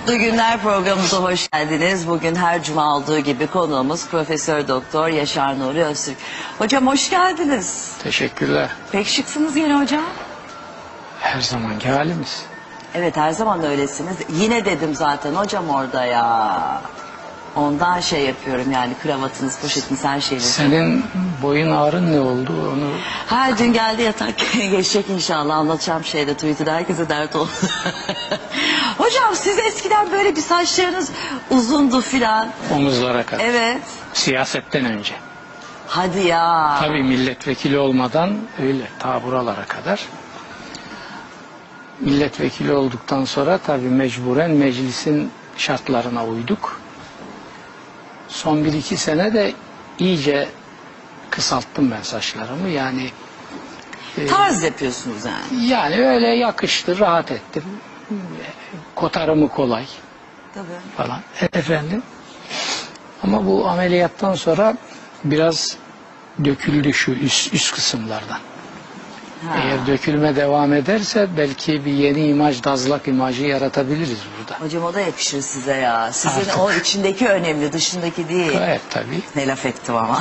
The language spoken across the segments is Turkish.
Mutlu Günler programımıza hoş geldiniz. Bugün her cuma olduğu gibi konuğumuz Profesör Doktor Yaşar Nuri Öztürk. Hocam hoş geldiniz. Teşekkürler. Pek şıksınız yine hocam. Her zamanki halimiz. Evet, her zaman öylesiniz. Yine dedim zaten hocam orada ya. Ondan şey yapıyorum yani, kravatınız, poşetiniz, her şeyiniz. Senin boyun ağrın ne oldu onu? Her dün geldi, yatak geçecek inşallah, anlatacağım şeyde, Twitter'da herkese dert oldu. Hocam siz eskiden böyle bir saçlarınız uzundu filan. Omuzlara kadar. Evet. Siyasetten önce. Hadi ya. Tabii milletvekili olmadan öyle ta buralara kadar. Milletvekili olduktan sonra tabii mecburen meclisin şartlarına uyduk. Son 1-2 sene de iyice kısalttım ben saçlarımı. Yani Tarz yapıyorsunuz yani. yani öyle yakıştı, rahat ettim. Kotarımı kolay Tabii. falan. Efendim. Ama bu ameliyattan sonra biraz döküldü şu üst kısımlardan. Ha. Eğer dökülme devam ederse belki bir yeni imaj, dazlak imajı yaratabiliriz burada. Hocam o da yakışır size ya. Sizin Artık. o içindeki önemli, dışındaki değil. Evet tabii. Ne laf ettim ama.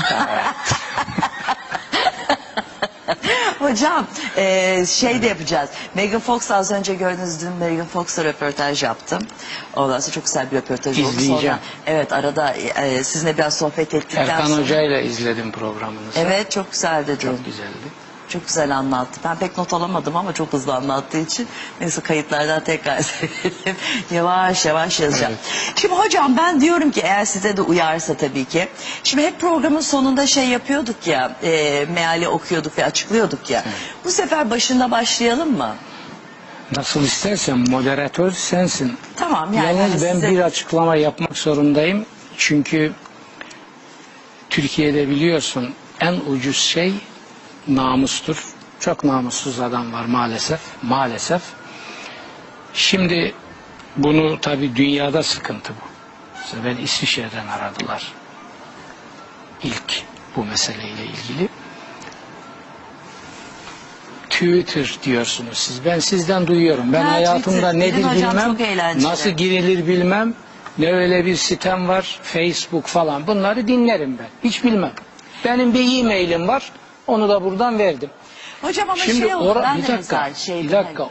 Hocam şey de yapacağız. Megan Fox, az önce gördünüz, dün Megan Fox'la röportaj yaptım. Ondan sonra çok güzel bir röportaj oldu. İzleyeceğim. Sonra, evet, arada sizinle biraz sohbet ettikten Erkan sonra. Hoca ile izledim programınızı. Evet, çok güzel dedi. Çok güzeldi. Çok güzel anlattı. Ben pek not alamadım ama çok hızlı anlattığı için. Neyse, kayıtlardan tekrar seyredelim. Yavaş yavaş yazacağım. Evet. Şimdi hocam ben diyorum ki, eğer size de uyarsa tabii ki. Şimdi hep programın sonunda şey yapıyorduk ya. Meali okuyorduk ve açıklıyorduk ya. Evet. Bu sefer başında başlayalım mı? Nasıl istersen, moderatör sensin. Tamam yani. Yalnız ben size... bir açıklama yapmak zorundayım. Çünkü Türkiye'de biliyorsun en ucuz şey namustur. Çok namussuz adam var maalesef. Maalesef. Şimdi bunu tabii dünyada sıkıntı bu. İşte ben İsviçre'den aradılar. İlk bu meseleyle ilgili. Twitter diyorsunuz siz. Ben sizden duyuyorum. Ben Ha, hayatımda Twitter. nedir Bilin hocam, bilmem. çok eğlenceli. Nasıl girilir bilmem. Ne öyle bir sitem var. Facebook falan. Bunları dinlerim ben. Hiç bilmem. Benim bir e-mailim var. Onu da buradan verdim. Hocam ama Şimdi şey oldu. Ben bir de dakika. mesela şeyde... Bir dakika.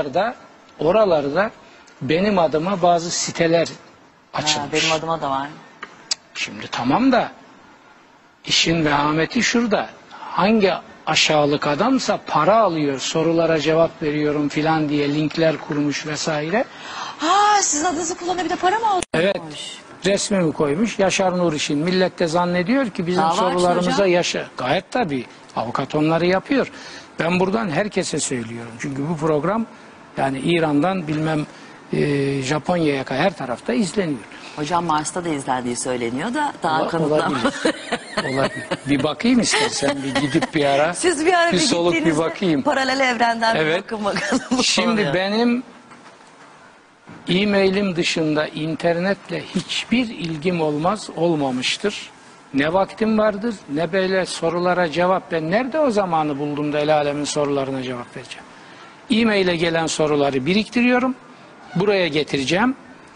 Oralarda benim adıma bazı siteler açılmış. benim adıma da var. Şimdi tamam da işin vehameti şurada. Hangi aşağılık adamsa para alıyor, sorulara cevap veriyorum filan diye linkler kurmuş vesaire. Ha, sizin adınızı kullanıyor, bir de para mı alıyor? Evet. Resmimi koymuş. Yaşar Nuriş'in. Millet de zannediyor ki bizim Dava sorularımıza hocam. yaşa. Gayet tabii. Avukat onları yapıyor. Ben buradan herkese söylüyorum. Çünkü bu program yani İran'dan bilmem Japonya'ya kadar her tarafta izleniyor. Hocam Mars'ta da izlendiği söyleniyor da daha Olabilir. kanıtlanmadı. Olabilir. Bir bakayım istersen. Bir gidip bir ara. Siz bir ara bir solup bir gittiğinizde bakayım. paralel evrenden Evet. bir bakın bakalım. Şimdi oluyor. benim e-mailim dışında internetle hiçbir ilgim olmamıştır. Ne vaktim vardır, ne böyle sorulara cevap. Ben nerede o zamanı buldum da el alemin sorularına cevap vereceğim. E-maile gelen soruları biriktiriyorum. Buraya getireceğim.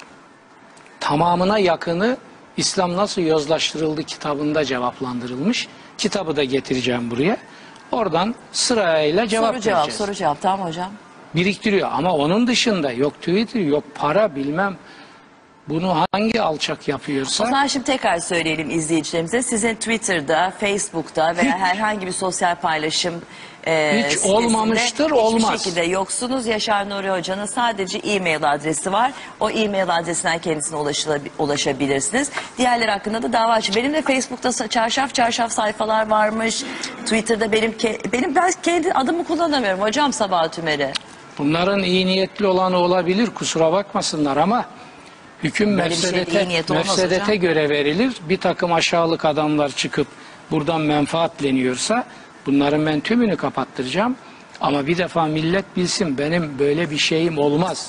Tamamına yakını İslam Nasıl Yozlaştırıldı kitabında cevaplandırılmış. Kitabı da getireceğim buraya. Oradan sırayla cevap vereceğiz. Soru cevap tamam hocam. Biriktiriyor ama onun dışında yok Twitter, yok para bilmem. Bunu hangi alçak yapıyorsa... O zaman şimdi tekrar söyleyelim izleyicilerimize. Sizin Twitter'da, Facebook'ta veya herhangi bir sosyal paylaşım hiç olmamıştır, hiçbir olmaz. şekilde yoksunuz. Yaşar Nuri Hoca'nın sadece e-mail adresi var. O e-mail adresinden kendisine ulaşabilirsiniz. Diğerleri hakkında da dava açın. Benim de Facebook'ta çarşaf sayfalar varmış. Twitter'da benim ben kendi adımı kullanamıyorum hocam, Sabah Tümer'i. Bunların iyi niyetli olanı olabilir, kusura bakmasınlar ama hüküm Böyle bir şey de iyi niyet olmaz mefsedete hocam. göre verilir. Bir takım aşağılık adamlar çıkıp buradan menfaatleniyorsa bunların ben tümünü kapattıracağım. Ama bir defa millet bilsin, benim böyle bir şeyim olmaz.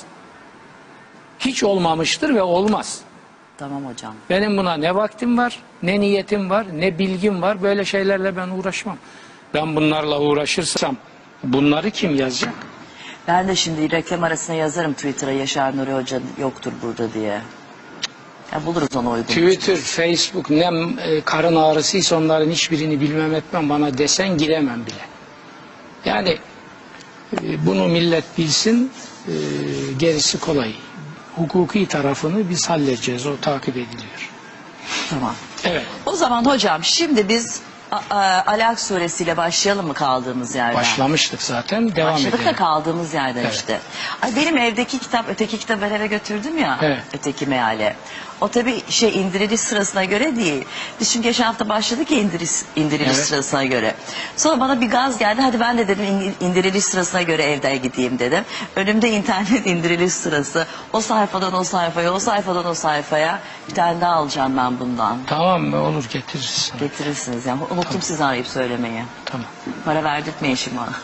Hiç olmamıştır ve olmaz. Tamam hocam. Benim buna ne vaktim var, ne niyetim var, ne bilgim var. Böyle şeylerle ben uğraşmam. Ben bunlarla uğraşırsam bunları kim yazacak? Ben de şimdi reklam arasına yazarım Twitter'a Yaşar Nuri Hoca yoktur burada diye. Ya buluruz onu uygun. Twitter, Facebook ne karın ağrısıysa onların hiçbirini bilmem etmem, bana desen giremem bile. Yani bunu millet bilsin, gerisi kolay. Hukuki tarafını biz halledeceğiz, o takip ediliyor. Tamam. Evet. O zaman hocam şimdi biz Alak suresiyle başlayalım mı kaldığımız yerden? Başlamıştık zaten, devam Başladık edelim. da kaldığımız yerden Evet. işte. Ay benim evdeki kitap, öteki kitabı ben eve götürdüm ya. Evet. Öteki meale. O tabii indiriliş sırasına göre değil. Biz çünkü geçen hafta başladık ya indiriliş Evet. sırasına göre. Sonra bana bir gaz geldi. Hadi ben de dedim indiriliş sırasına göre evden gideyim dedim. Önümde internet indiriliş sırası. O sayfadan o sayfaya, o sayfadan o sayfaya. Bir tane daha alacağım ben bundan. Tamam mı? Olur, getiririz. Getirirsiniz yani. Unuttum sizi arayıp söylemeyi. Tamam. Para verdirtmeyin şimdi bana.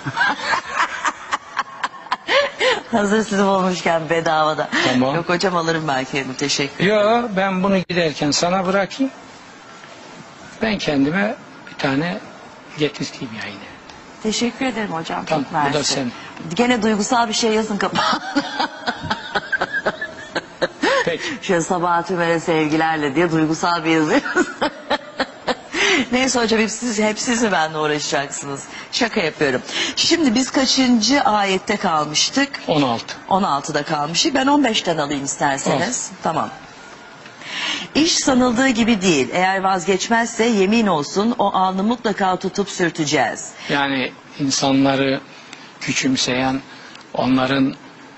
Hazır sizi olmuşken bedavada. Tamam. Yok hocam alırım ben kendim. Teşekkür ederim. Yo, ben bunu giderken sana bırakayım. Ben kendime bir tane getirteyim yayını. Teşekkür ederim hocam. Tamam, Çok bu da mersi. senin. Gene duygusal bir şey yazın kapağına. Peki. Şöyle Sabahat Ümer'e sevgilerle diye duygusal bir yazı yazın. Neyse hocam hep siz mi benimle uğraşacaksınız? Şaka yapıyorum. Şimdi biz kaçıncı ayette kalmıştık? 16. 16'da kalmıştık. Ben 15'ten alayım isterseniz. Tamam. İş sanıldığı gibi değil. Eğer vazgeçmezse yemin olsun o anı mutlaka tutup sürteceğiz. Yani insanları küçümseyen, onların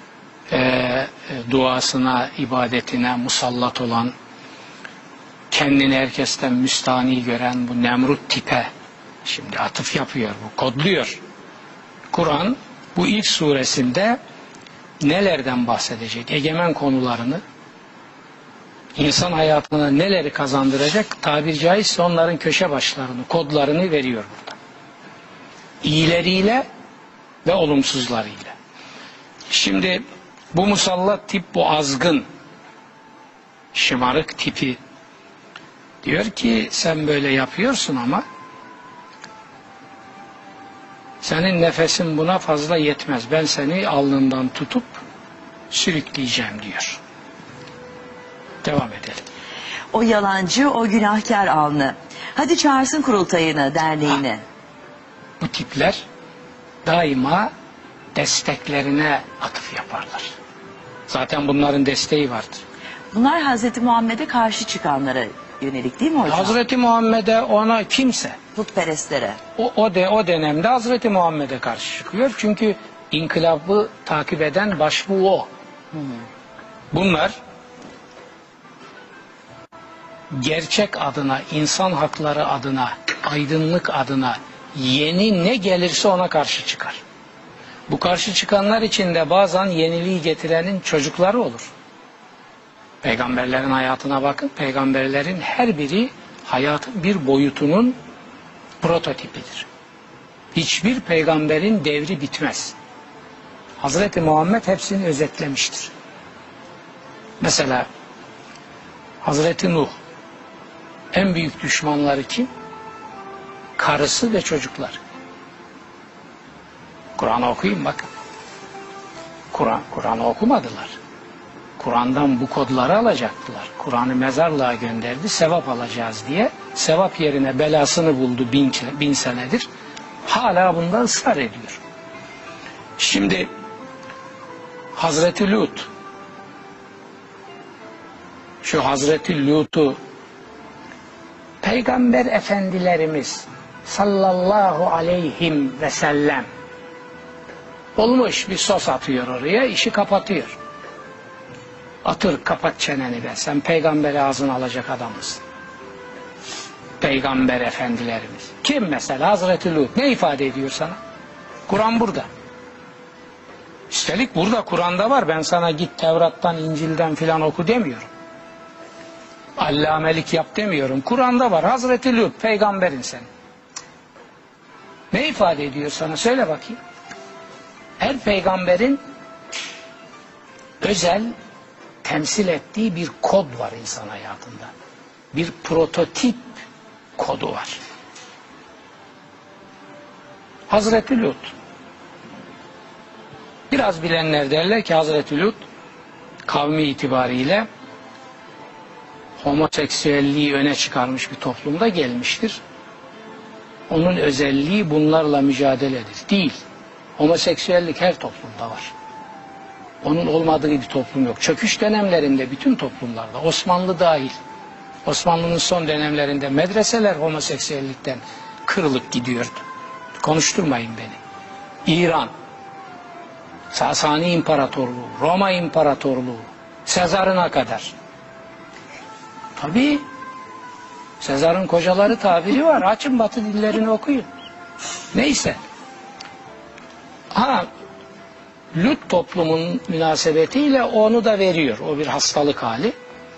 duasına, ibadetine musallat olan, kendini herkesten müstahni gören bu Nemrut tipe şimdi atıf yapıyor, bu kodluyor. Kur'an bu ilk suresinde nelerden bahsedecek? Egemen konularını, insan hayatına neleri kazandıracak, tabiri caizse onların köşe başlarını, kodlarını veriyor burada. İyileriyle ve olumsuzlarıyla. Şimdi bu musallat tip, bu azgın, şımarık tipi diyor ki sen böyle yapıyorsun ama senin nefesin buna fazla yetmez. Ben seni alnından tutup sürükleyeceğim diyor. Devam edelim. O yalancı, o günahkar alnı. Hadi çağırsın kurultayını, derneğini. Bu tipler daima desteklerine atıf yaparlar. Zaten bunların desteği vardır. Bunlar Hazreti Muhammed'e karşı çıkanlara yönelik değil mi hocam? Hazreti Muhammed'e, ona kimse Putperestlere. o dönemde Hazreti Muhammed'e karşı çıkıyor. Çünkü inkılabı takip eden başbuğ o. Bunlar gerçek adına, insan hakları adına, aydınlık adına yeni ne gelirse ona karşı çıkar. Bu karşı çıkanlar içinde bazen yeniliği getirenin çocukları olur. Peygamberlerin hayatına bakın. Peygamberlerin her biri hayatın bir boyutunun prototipidir. Hiçbir peygamberin devri bitmez. Hazreti Muhammed hepsini özetlemiştir. Mesela Hazreti Nuh, en büyük düşmanları kim? Karısı ve çocuklar. Kur'an'ı okuyun bakın. Kur'an'ı okumadılar. Kur'an'dan bu kodları alacaktılar. Kur'an'ı mezarlığa gönderdi, sevap alacağız diye. Sevap yerine belasını buldu bin senedir. Hala bunda ısrar ediyor. Şimdi Hazreti Lut, şu Hazreti Lut'u Peygamber efendilerimiz sallallahu aleyhim ve sellem olmuş bir sos atıyor oraya, işi kapatıyor. Atır, kapat çeneni be, sen peygamberi ağzına alacak adam mısın? Peygamber efendilerimiz. Kim mesela? Hazreti Lut. Ne ifade ediyor sana? Kur'an burada. Üstelik burada Kur'an'da var. Ben sana git Tevrat'tan, İncil'den filan oku demiyorum. Allamelik yap demiyorum. Kur'an'da var. Hazreti Lut, peygamberin sen. Ne ifade ediyor sana? Söyle bakayım. Her peygamberin özel temsil ettiği bir kod var insan hayatında. Bir prototip kodu var. Hazreti Lut Biraz bilenler derler ki Hazreti Lut kavmi itibariyle homoseksüelliği öne çıkarmış bir toplumda gelmiştir. Onun özelliği bunlarla mücadeledir. Değil. Homoseksüellik her toplumda var. Onun olmadığı bir toplum yok. Çöküş dönemlerinde bütün toplumlarda, Osmanlı dahil, Osmanlı'nın son dönemlerinde medreseler homoseksüellikten kırılıp gidiyordu. Konuşturmayın beni. İran, Sasani İmparatorluğu, Roma İmparatorluğu, Sezar'ına kadar. Tabii Sezar'ın kocaları tabiri var. Açın Batı dillerini okuyun. Neyse. Lut toplumun münasebetiyle onu da veriyor. O bir hastalık hali.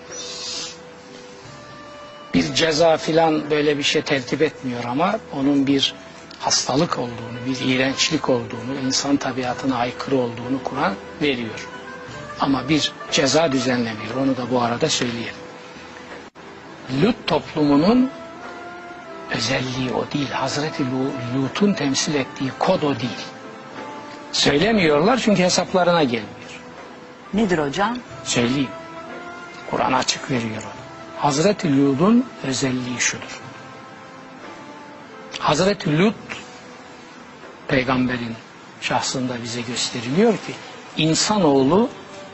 Bir ceza filan böyle bir şey tertip etmiyor ama onun bir hastalık olduğunu, bir iğrençlik olduğunu, insan tabiatına aykırı olduğunu Kur'an veriyor. Ama bir ceza düzenlemiyor. Onu da bu arada söyleyelim. Lut toplumunun özelliği o değil. Hazreti Lut'un temsil ettiği kod o değil. Söylemiyorlar çünkü hesaplarına gelmiyor. Nedir hocam? Söyleyeyim. Kur'an açık veriyor onu. Hazreti Lut'un özelliği şudur. Hazreti Lut peygamberin şahsında bize gösteriliyor ki insanoğlu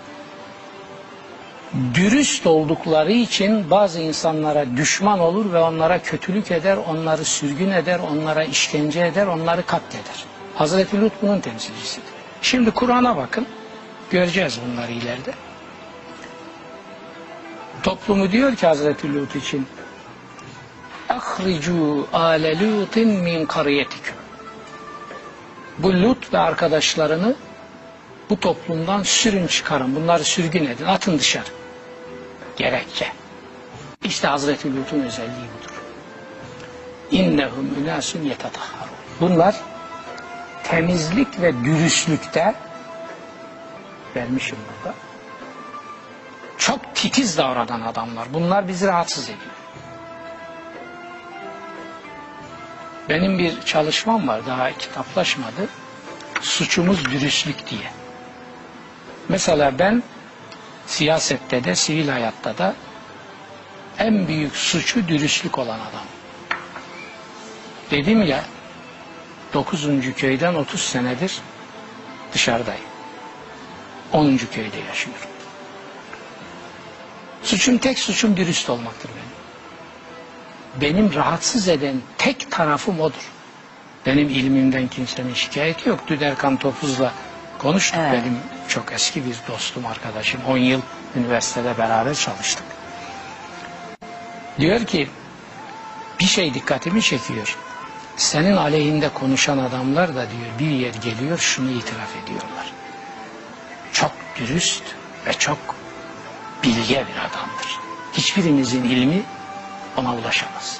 dürüst oldukları için bazı insanlara düşman olur ve onlara kötülük eder, onları sürgün eder, onlara işkence eder, onları katleder. Hazreti Lut bunun temsilcisidir. Şimdi Kur'an'a bakın, göreceğiz bunları ileride. Toplumu diyor ki Hazreti Lut için اَخْرِجُوا آلَ لُوتٍ مِنْ قَرِيَتِكُمْ. Bu Lut ve arkadaşlarını bu toplumdan sürün çıkarın, bunları sürgün edin, atın dışarı. Gerekçe. İşte Hazreti Lut'un özelliği budur. İnnehum ünasun yetetahharun. Bunlar temizlik ve dürüstlükte vermişim burada. Çok titiz davranan adamlar. Bunlar bizi rahatsız ediyor. Benim bir çalışmam var, daha kitaplaşmadı. Suçumuz dürüstlük diye. Mesela ben siyasette de, sivil hayatta da en büyük suçu dürüstlük olan adam. Dedim ya, 9. köyden 30 senedir dışarıdayım. 10. köyde yaşıyorum. Tek suçum dürüst olmaktır benim. Benim rahatsız eden tek tarafım odur. Benim ilmimden kimsenin şikayeti yok. Düderkan Topuz'la konuştuk. Evet. Benim çok eski bir dostum, arkadaşım. 10 yıl üniversitede beraber çalıştık. Diyor ki, bir şey dikkatimi çekiyor. Senin aleyhinde konuşan adamlar da diyor bir yer geliyor şunu itiraf ediyorlar. Çok dürüst ve çok bilge bir adamdır. Hiçbirimizin ilmi ona ulaşamaz.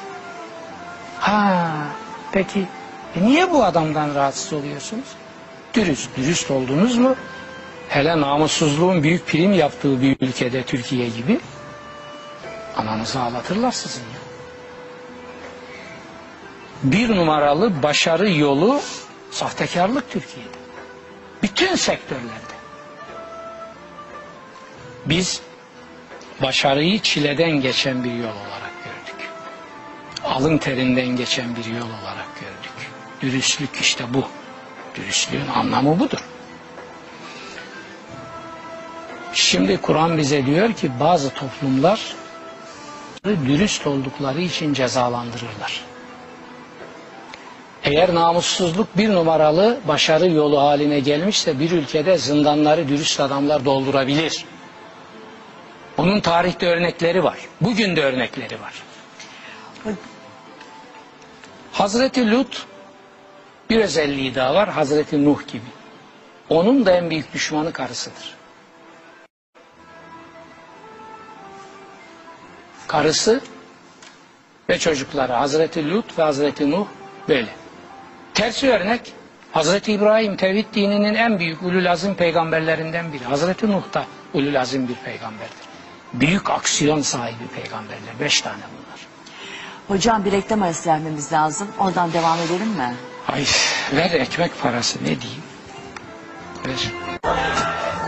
Peki niye bu adamdan rahatsız oluyorsunuz? Dürüst oldunuz mu? Hele namussuzluğun büyük prim yaptığı bir ülkede, Türkiye gibi, ananızı ağlatırlar sizin ya. Bir numaralı başarı yolu sahtekarlık Türkiye'de. Bütün sektörlerde. Biz başarıyı çileden geçen bir yol olarak gördük. Alın terinden geçen bir yol olarak gördük. Dürüstlük işte bu. Dürüstlüğün anlamı budur. Şimdi Kur'an bize diyor ki bazı toplumlar dürüst oldukları için cezalandırırlar. Eğer namussuzluk bir numaralı başarı yolu haline gelmişse bir ülkede zindanları dürüst adamlar doldurabilir. Bunun tarihte örnekleri var. Bugün de örnekleri var. Hazreti Lut bir özelliği daha var. Hazreti Nuh gibi. Onun da en büyük düşmanı karısıdır. Karısı ve çocukları Hazreti Lut ve Hazreti Nuh böyle. Tersi örnek Hazreti İbrahim tevhid dininin en büyük ululazim peygamberlerinden biri. Hazreti Nuh da ululazim bir peygamberdir. Büyük aksiyon sahibi peygamberler. 5 tane bunlar. Hocam bir reklam arası vermemiz lazım. Oradan devam edelim mi? Ay ver ekmek parası ne diyeyim. Ver.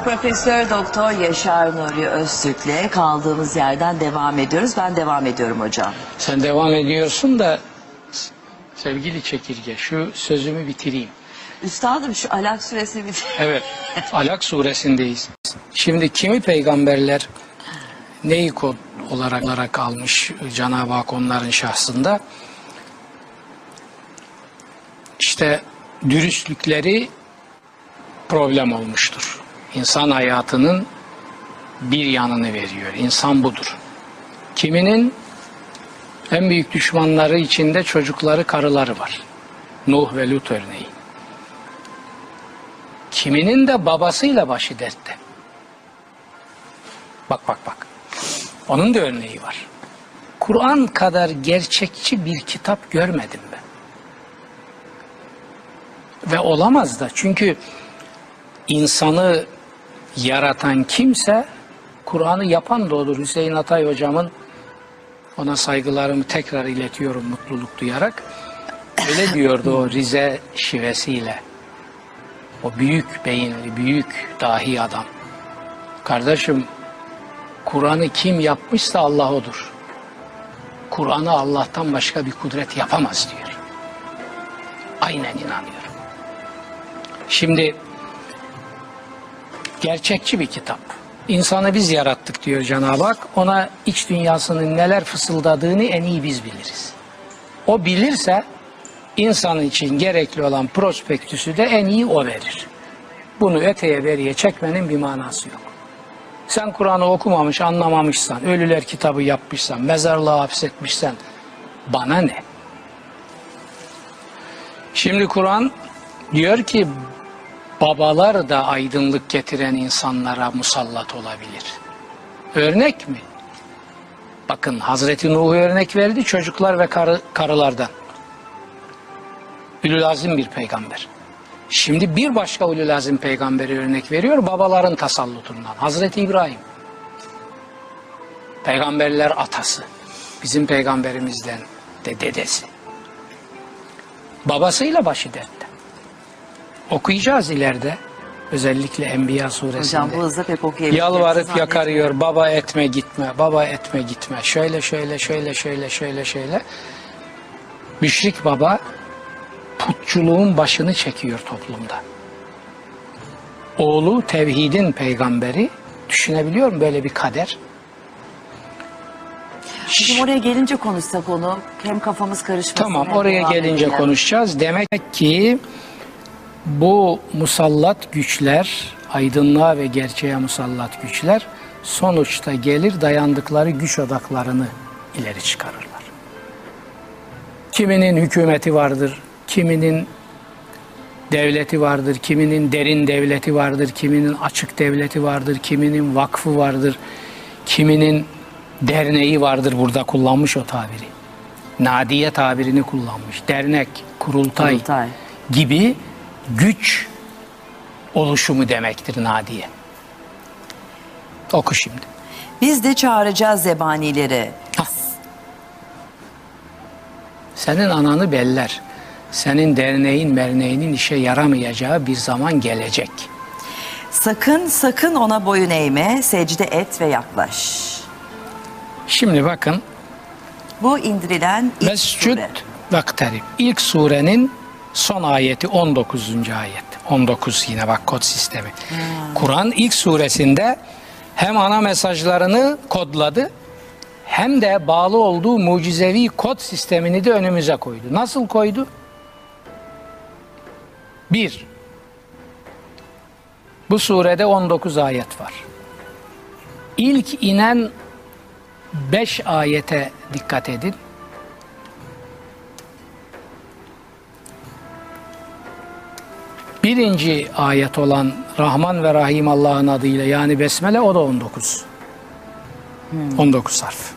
Profesör Doktor Yaşar Nuri Öztürk'le kaldığımız yerden devam ediyoruz. Ben devam ediyorum hocam. Sen devam ediyorsun da sevgili çekirge şu sözümü bitireyim. Üstadım şu Alak suresi bitir. Evet, Alak suresindeyiz. Şimdi kimi peygamberler neyi kod olarak almış Cenab-ı Hak onların şahsında? İşte dürüstlükleri problem olmuştur. İnsan hayatının bir yanını veriyor. İnsan budur. Kiminin en büyük düşmanları içinde çocukları, karıları var. Nuh ve Lut örneği. Kiminin de babasıyla başı dertte. Bak. Onun da örneği var. Kur'an kadar gerçekçi bir kitap görmedim ben. Ve olamaz da. Çünkü insanı yaratan kimse Kur'an'ı yapan da olur. Hüseyin Atay hocamın, ona saygılarımı tekrar iletiyorum mutluluk duyarak. Öyle diyordu o Rize şivesiyle. O büyük beyinli, büyük dahi adam. Kardeşim, Kur'an'ı kim yapmışsa Allah odur. Kur'an'ı Allah'tan başka bir kudret yapamaz diyor. Aynen inanıyorum. Şimdi gerçekçi bir kitap. İnsanı biz yarattık diyor Cenab-ı Hak. Ona iç dünyasının neler fısıldadığını en iyi biz biliriz. O bilirse insan için gerekli olan prospektüsü de en iyi o verir. Bunu öteye beriye çekmenin bir manası yok. Sen Kur'an'ı okumamış, anlamamışsan, ölüler kitabı yapmışsan, mezarlığa hapsetmişsen bana ne? Şimdi Kur'an diyor ki babalar da aydınlık getiren insanlara musallat olabilir. Örnek mi? Bakın Hazreti Nuh'u örnek verdi çocuklar ve karılardan. Ululazim bir peygamber. Şimdi bir başka ululazim peygamberi örnek veriyor babaların tasallutundan. Hazreti İbrahim. Peygamberler atası. Bizim peygamberimizden de dedesi. Babasıyla başı dertte. Okuyacağız ileride. Özellikle Enbiya suresinde. Hocam bu hızla pek okuyabiliriz. Yalvarıp yakarıyor. Baba etme gitme. Baba etme gitme. Şöyle. Müşrik baba putçuluğun başını çekiyor toplumda. Oğlu tevhidin peygamberi. Düşünebiliyor musun böyle bir kader? Şimdi oraya gelince konuşsak onu. Hem kafamız karışmasın. Tamam, hem oraya devam gelince edelim. konuşacağız. Demek ki bu musallat güçler, aydınlığa ve gerçeğe musallat güçler sonuçta gelir dayandıkları güç odaklarını ileri çıkarırlar. Kiminin hükümeti vardır, kiminin devleti vardır, kiminin derin devleti vardır, kiminin açık devleti vardır, kiminin vakfı vardır, kiminin derneği vardır, burada kullanmış o tabiri. Nadiye tabirini kullanmış. Dernek, kurultay gibi güç oluşumu demektir nadiye. Oku şimdi. Biz de çağıracağız zebanileri. Senin ananı beller. Senin derneğin merneğinin işe yaramayacağı bir zaman gelecek. Sakın ona boyun eğme, secde et ve yaklaş. Şimdi bakın. Bu indirilen ilk Mescud sure. vaktarib. İlk surenin son ayeti 19. ayet. 19 yine bak kod sistemi. Kur'an ilk suresinde hem ana mesajlarını kodladı hem de bağlı olduğu mucizevi kod sistemini de önümüze koydu. Nasıl koydu? 1. Bu surede 19 ayet var. İlk inen 5 ayete dikkat edin. Birinci ayet olan Rahman ve Rahim Allah'ın adıyla yani Besmele o da 19. 19 harf.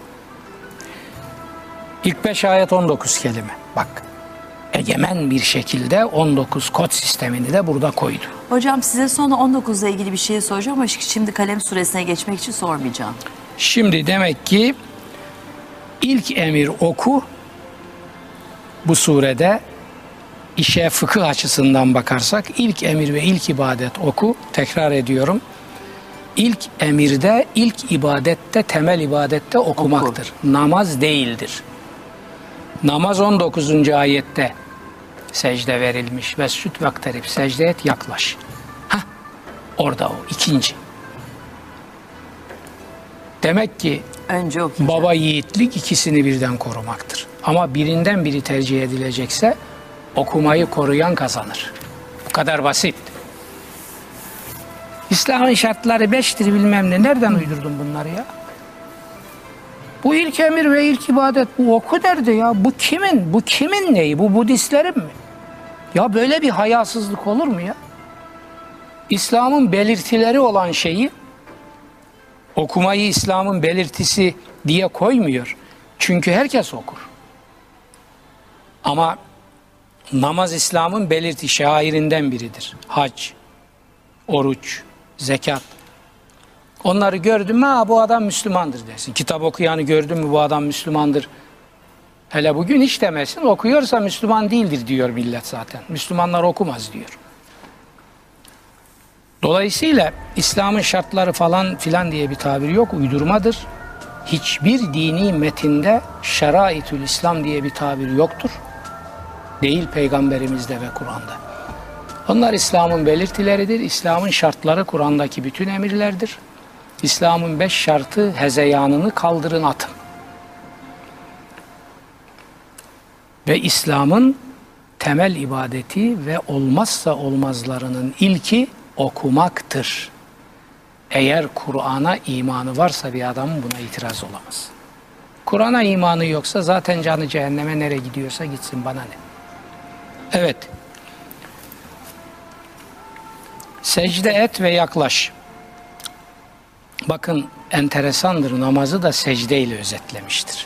İlk 5 ayet 19 kelime. Bak. Egemen bir şekilde 19 kod sistemini de burada koydu. Hocam size sonra 19 ile ilgili bir şey soracağım ama şimdi Kalem suresine geçmek için sormayacağım. Şimdi demek ki ilk emir oku bu surede işe fıkıh açısından bakarsak ilk emir ve ilk ibadet oku. Tekrar ediyorum. İlk emirde, ilk ibadette, temel ibadette okumaktır. Namaz değildir. Namaz 19. ayette secde verilmiş. Vescüd vakterib, secde et, yaklaş. Hah, orada o ikinci. Demek ki Önce okuyacağım. baba yiğitlik ikisini birden korumaktır. Ama birinden biri tercih edilecekse okumayı koruyan kazanır. Bu kadar basit. İslam'ın şartları 5'tir bilmem ne. Nereden uydurdun bunları ya? Bu ilk emir ve ilk ibadet. Bu oku derdi ya. Bu kimin? Bu kimin neyi? Bu Budistlerin mi? Ya böyle bir hayasızlık olur mu ya? İslam'ın belirtileri olan şeyi okumayı İslam'ın belirtisi diye koymuyor. Çünkü herkes okur. Ama namaz İslam'ın belirti şairinden biridir. Hac, oruç, zekat. Onları gördün mü bu adam Müslümandır dersin. Kitap okuyanı gördün mü bu adam Müslümandır. Hele bugün hiç demesin, okuyorsa Müslüman değildir diyor millet zaten. Müslümanlar okumaz diyor. Dolayısıyla İslam'ın şartları falan filan diye bir tabir yok, uydurmadır. Hiçbir dini metinde şeraitül İslam diye bir tabir yoktur. Değil peygamberimizde ve Kur'an'da. Onlar İslam'ın belirtileridir. İslam'ın şartları Kur'an'daki bütün emirlerdir. İslam'ın 5 şartı hezeyanını kaldırın atın. Ve İslam'ın temel ibadeti ve olmazsa olmazlarının ilki okumaktır. Eğer Kur'an'a imanı varsa bir adamın buna itiraz olamaz. Kur'an'a imanı yoksa zaten canı cehenneme nereye gidiyorsa gitsin, bana ne? Evet. Secde et ve yaklaş. Bakın enteresandır, namazı da secdeyle özetlemiştir.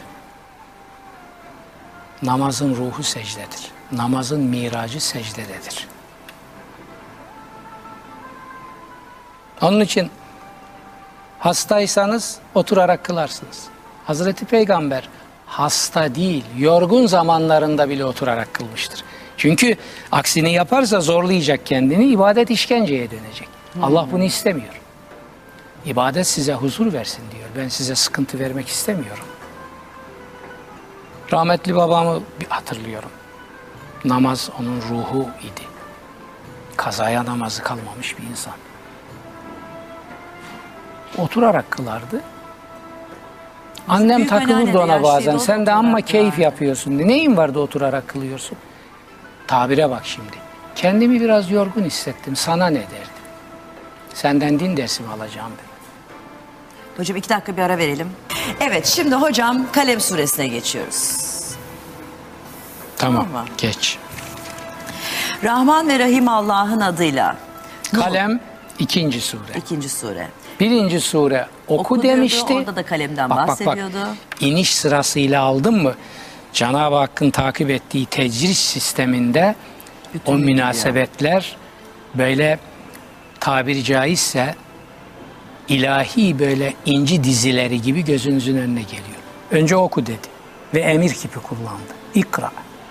Namazın ruhu secdedir. Namazın miracı secdededir. Onun için hastaysanız oturarak kılarsınız. Hazreti Peygamber hasta değil, yorgun zamanlarında bile oturarak kılmıştır. Çünkü aksini yaparsa zorlayacak kendini, ibadet işkenceye dönecek. Allah bunu istemiyor. İbadet size huzur versin diyor. Ben size sıkıntı vermek istemiyorum. Rahmetli babamı hatırlıyorum. Namaz onun ruhu idi. Kazaya namazı kalmamış bir insan. Oturarak kılardı. Annem büyük takılırdı anneanne de ona bazen. yaşlıydı, o da Sen de amma oturarak keyif kılardı. yapıyorsun. Neyin vardı oturarak kılıyorsun? Tabire bak şimdi. Kendimi biraz yorgun hissettim. Sana ne derdi? Senden din dersi mi alacağım ben? Hocam 2 dakika bir ara verelim. Evet, şimdi hocam Kalem suresine geçiyoruz. Tamam, Tamam mı? geç. Rahman ve Rahim Allah'ın adıyla. Kalem 2. sure. 2. sure. 1. sure oku diyordu, demişti. Orada da kalemden Bak, bahsediyordu. İniş sırasıyla aldın mı? Cenab-ı Hakk'ın takip ettiği tecris sisteminde Bütün o gidiyor. münasebetler böyle tabiri caizse ilahi böyle inci dizileri gibi gözünüzün önüne geliyor. Önce oku dedi ve emir kipi kullandı. İkra.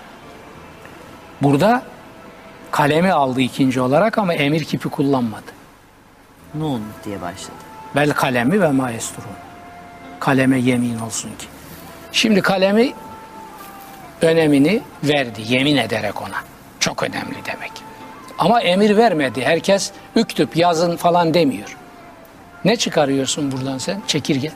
Burada kalemi aldı ikinci olarak ama emir kipi kullanmadı. Nun diye başladı. Bel kalemi ve ma yesturun. Kaleme yemin olsun ki. Şimdi kalemi önemini verdi yemin ederek ona. Çok önemli demek. Ama emir vermedi. Herkes üktüp yazın falan demiyor. Ne çıkarıyorsun buradan sen? Çekirge.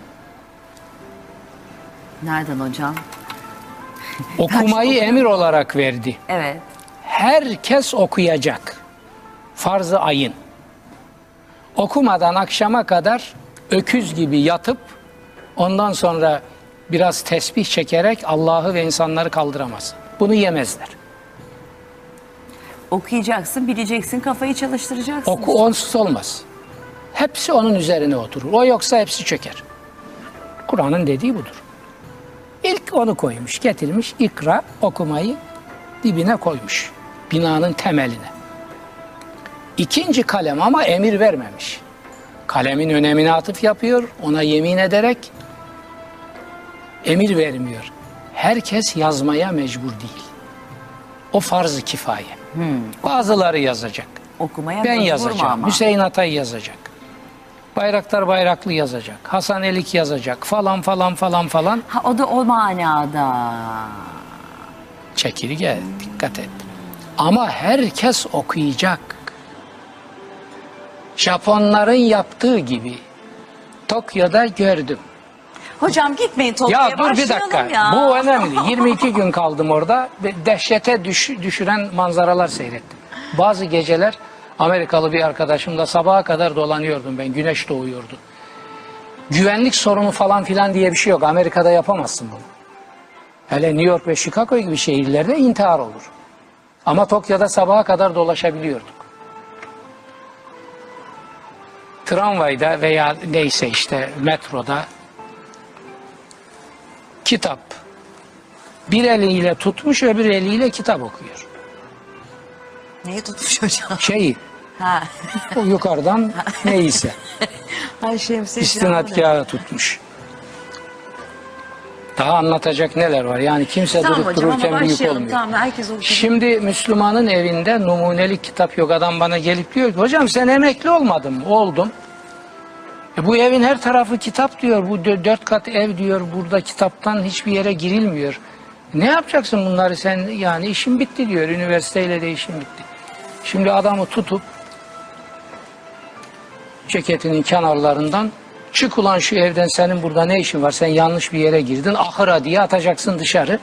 Nereden hocam? Okumayı emir olarak verdi. Evet. Herkes okuyacak. Farz-ı ayın. Okumadan akşama kadar öküz gibi yatıp ondan sonra biraz tesbih çekerek Allah'ı ve insanları kaldıramaz. Bunu yemezler. Okuyacaksın, bileceksin, kafayı çalıştıracaksın. Oku onsuz olmaz. Hepsi onun üzerine oturur. O yoksa hepsi çöker. Kur'an'ın dediği budur. İlk onu koymuş, getirmiş, ikra okumayı dibine koymuş. Binanın temeline. İkinci kalem ama emir vermemiş. Kalemin önemine atıf yapıyor, ona yemin ederek emir vermiyor. Herkes yazmaya mecbur değil. O farz-ı kifaye. Bazıları yazacak. Okumaya Ben mecbur mu yazacağım. ama? Hüseyin Atay yazacak. Bayraktar Bayraklı yazacak. Hasan Elik yazacak. Falan falan falan falan. Ha, o da o manada. Çekirge, dikkat et. Ama herkes okuyacak. Japonların yaptığı gibi. Tokyo'da gördüm. Hocam gitmeyin Tokyo'ya, Ya dur bir dakika. başlayalım ya. Bu önemli. 22 gün kaldım orada. Dehşete düşüren manzaralar seyrettim. Bazı geceler Amerikalı bir arkadaşımla sabaha kadar dolanıyordum ben. Güneş doğuyordu. Güvenlik sorunu falan filan diye bir şey yok. Amerika'da yapamazsın bunu. Hele New York ve Chicago gibi şehirlerde intihar olur. Ama Tokyo'da sabaha kadar dolaşabiliyorduk. Tramvayda veya neyse işte metroda kitap. Bir eliyle tutmuş, öbür eliyle kitap okuyor. Neyi tutmuş hocam? Şeyi, Ha. o yukarıdan neyse. Ay şemsiye. İstinat kağıdı tutmuş. Daha anlatacak neler var? Yani kimse Tamam durup hocam ama dururken büyük başlayalım. olmuyor. Tamam, herkes okuyor. Şimdi Müslümanın evinde numunelik kitap yok. Adam bana gelip diyor ki hocam sen emekli olmadın mı? Oldum. Bu evin her tarafı kitap diyor. Bu 4 kat ev diyor. Burada kitaptan hiçbir yere girilmiyor. Ne yapacaksın bunları sen? Yani işim bitti diyor. Üniversiteyle de işim bitti. Şimdi adamı tutup ceketinin kenarlarından çık ulan şu evden, senin burada ne işin var? Sen yanlış bir yere girdin. Ahıra diye atacaksın dışarı.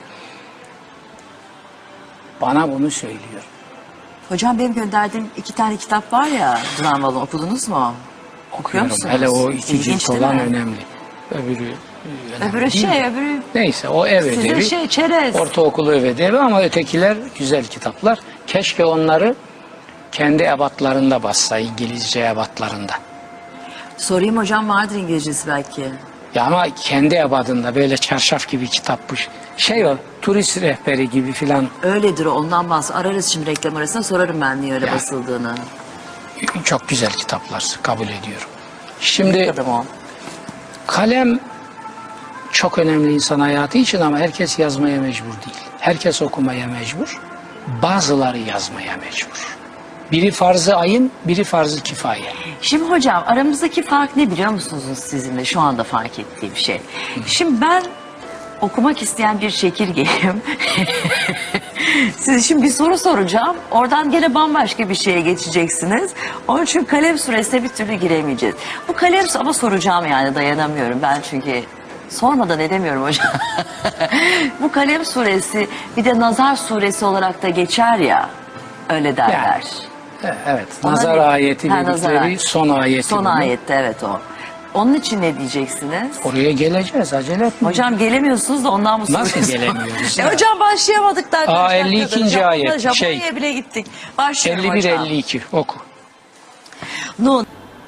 Bana bunu söylüyor. Hocam benim gönderdiğim 2 tane kitap var ya, Duran Valon, okudunuz mu? Okuyor musunuz? Hele o 2 İlginç cilt değil olan mi? önemli. Öbürü önemli Öbürü değil mi? öbürü Neyse o ev size ödevi. çerez. Ortaokulu ev ödevi ama ötekiler güzel kitaplar. Keşke onları kendi ebatlarında bassa, İngilizce ebatlarında. Sorayım hocam, vardır İngilizcesi belki. Ya ama kendi ebadında böyle çarşaf gibi kitapmış. Şey o, turist rehberi gibi filan. Öyledir o, ondan bahsediyor. Ararız şimdi reklam arasında, sorarım ben niye öyle Ya. basıldığını. Çok güzel kitaplar, kabul ediyorum. Şimdi Adam o. kalem çok önemli insan hayatı için ama herkes yazmaya mecbur değil. Herkes okumaya mecbur. Bazıları yazmaya mecbur. Biri farz-ı ayın, biri farz-ı kifaye. Şimdi hocam aramızdaki fark ne biliyor musunuz sizinle şu anda fark ettiğim şey? Şimdi ben okumak isteyen bir çekirgeyim. Size şimdi bir soru soracağım. Oradan gene bambaşka bir şeye geçeceksiniz. Onun için Kalem Suresi'ne bir türlü giremeyeceğiz. Bu Kalem ama soracağım yani, dayanamıyorum ben çünkü. Sormadan edemiyorum hocam. Bu Kalem Suresi bir de Nazar Suresi olarak da geçer ya. Öyle derler. Evet, Ona nazar ne- ayeti Ha, nazar dedikleri ayeti. son ayeti. Son bunun. ayette evet o. Onun için ne diyeceksiniz? Oraya geleceğiz, acele etme. Hocam gelemiyorsunuz da ondan mı Nasıl soruyorsunuz? gelemiyoruz ya? Hocam başlayamadık da. Aa, 52. ayet, Japonya'ya şey. bile gittik. Başlıyorum hocam. 51-52 oku. Nun.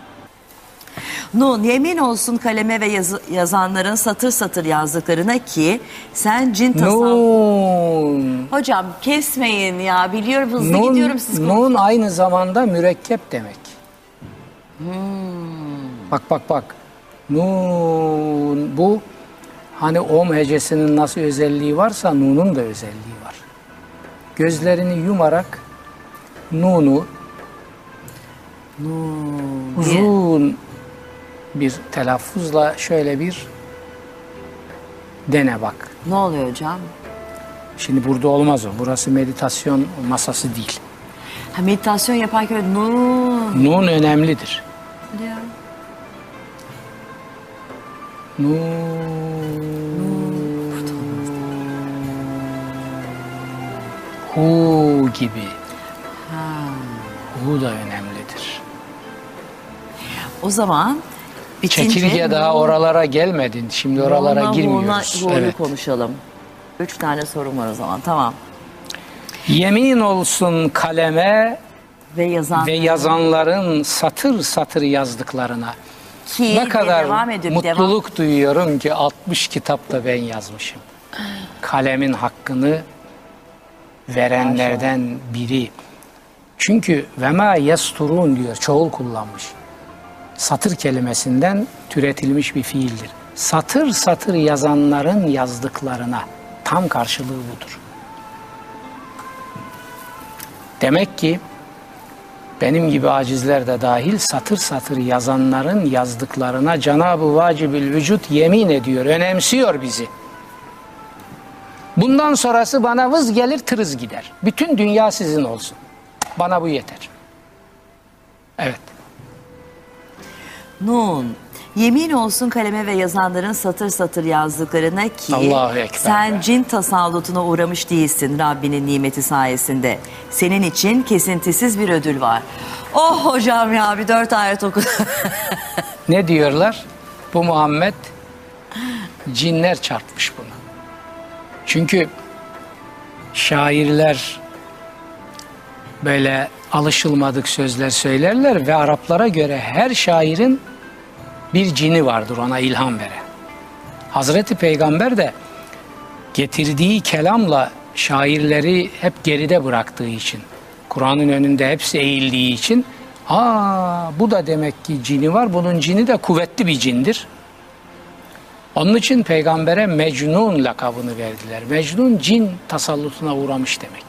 Nun, yemin olsun kaleme ve yazanların satır satır yazdıklarına ki sen cin Nun. Hocam kesmeyin ya, biliyorum hızlı gidiyorum siz Nun aynı zamanda mürekkep demek. Bak. Nun, bu hani om hecesinin nasıl özelliği varsa nunun da özelliği var. Gözlerini yumarak nunu uzun bir telaffuzla şöyle bir dene bak. Ne oluyor hocam? Şimdi burada olmaz o. Burası meditasyon masası değil. Ha, meditasyon yaparken nun Nun önemlidir. diyor. Hu gibi. Hu da önemlidir. O zaman bitince Çekirge daha oralara gelmedin. Şimdi oralara girmiyoruz. Evet. konuşalım. 3 tane sorum var o zaman, tamam. Yemin olsun kaleme Ve ve yazanların satır satır yazdıklarına. ki Ne kadar devam ediyor, mutluluk duyuyorum ki 60 kitapta ben yazmışım. Kalemin hakkını verenlerden biri. Çünkü ve ma yasturun diyor, çoğul kullanmış. Satır kelimesinden türetilmiş bir fiildir. Satır satır yazanların yazdıklarına tam karşılığı budur. Demek ki benim gibi acizler de dahil satır satır yazanların yazdıklarına Cenab-ı Vacibül Vücut yemin ediyor, önemsiyor bizi. Bundan sonrası bana vız gelir tırız gider. Bütün dünya sizin olsun. Bana bu yeter. Evet. Nun. Yemin olsun kaleme ve yazanların satır satır yazdıklarına ki Allahu Ekber sen be. cin tasallutuna uğramış değilsin Rabbinin nimeti sayesinde. Senin için kesintisiz bir ödül var. Oh hocam ya, bir 4 ayet oku. Ne diyorlar? Bu Muhammed, cinler çarpmış bunu. Çünkü şairler böyle alışılmadık sözler söylerler ve Araplara göre her şairin bir cini vardır ona ilham veren. Hazreti Peygamber de getirdiği kelamla şairleri hep geride bıraktığı için, Kur'an'ın önünde hepsi eğildiği için, bu da demek ki cini var, bunun cini de kuvvetli bir cindir. Onun için Peygamber'e Mecnun lakabını verdiler. Mecnun cin tasallutuna uğramış demek.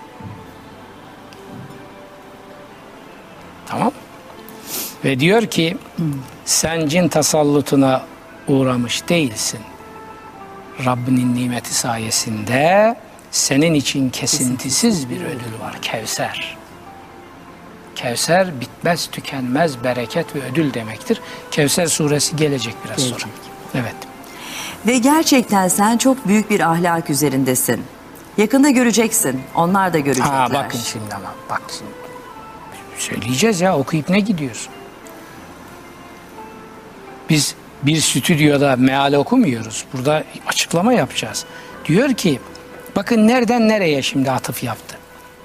Tamam. Ve diyor ki sen cin tasallutuna uğramış değilsin. Rabbinin nimeti sayesinde senin için kesintisiz bir ödül var. Kevser. Kevser bitmez tükenmez bereket ve ödül demektir. Kevser suresi gelecek biraz sonra. Evet. Ve gerçekten sen çok büyük bir ahlak üzerindesin. Yakında göreceksin. Onlar da görecekler. Bakın şimdi ama. Bak şimdi. Söyleyeceğiz ya, okuyup ne gidiyorsun? Biz bir stüdyoda meale okumuyoruz. Burada açıklama yapacağız. Diyor ki bakın nereden nereye şimdi atıf yaptı.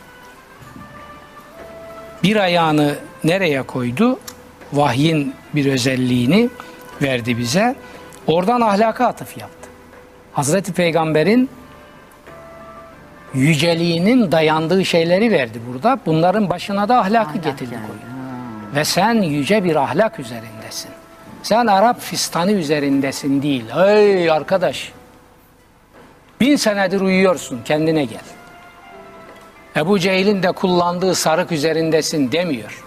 Bir ayağını nereye koydu? Vahyin bir özelliğini verdi bize. Oradan ahlaka atıf yaptı. Hazreti Peygamber'in yüceliğinin dayandığı şeyleri verdi burada. Bunların başına da ahlakı getirdi koydu. Ve sen yüce bir ahlak üzerindesin. Sen Arap fistanı üzerindesin değil. Ey arkadaş! 1000 senedir uyuyorsun, kendine gel. Ebu Cehil'in de kullandığı sarık üzerindesin demiyor.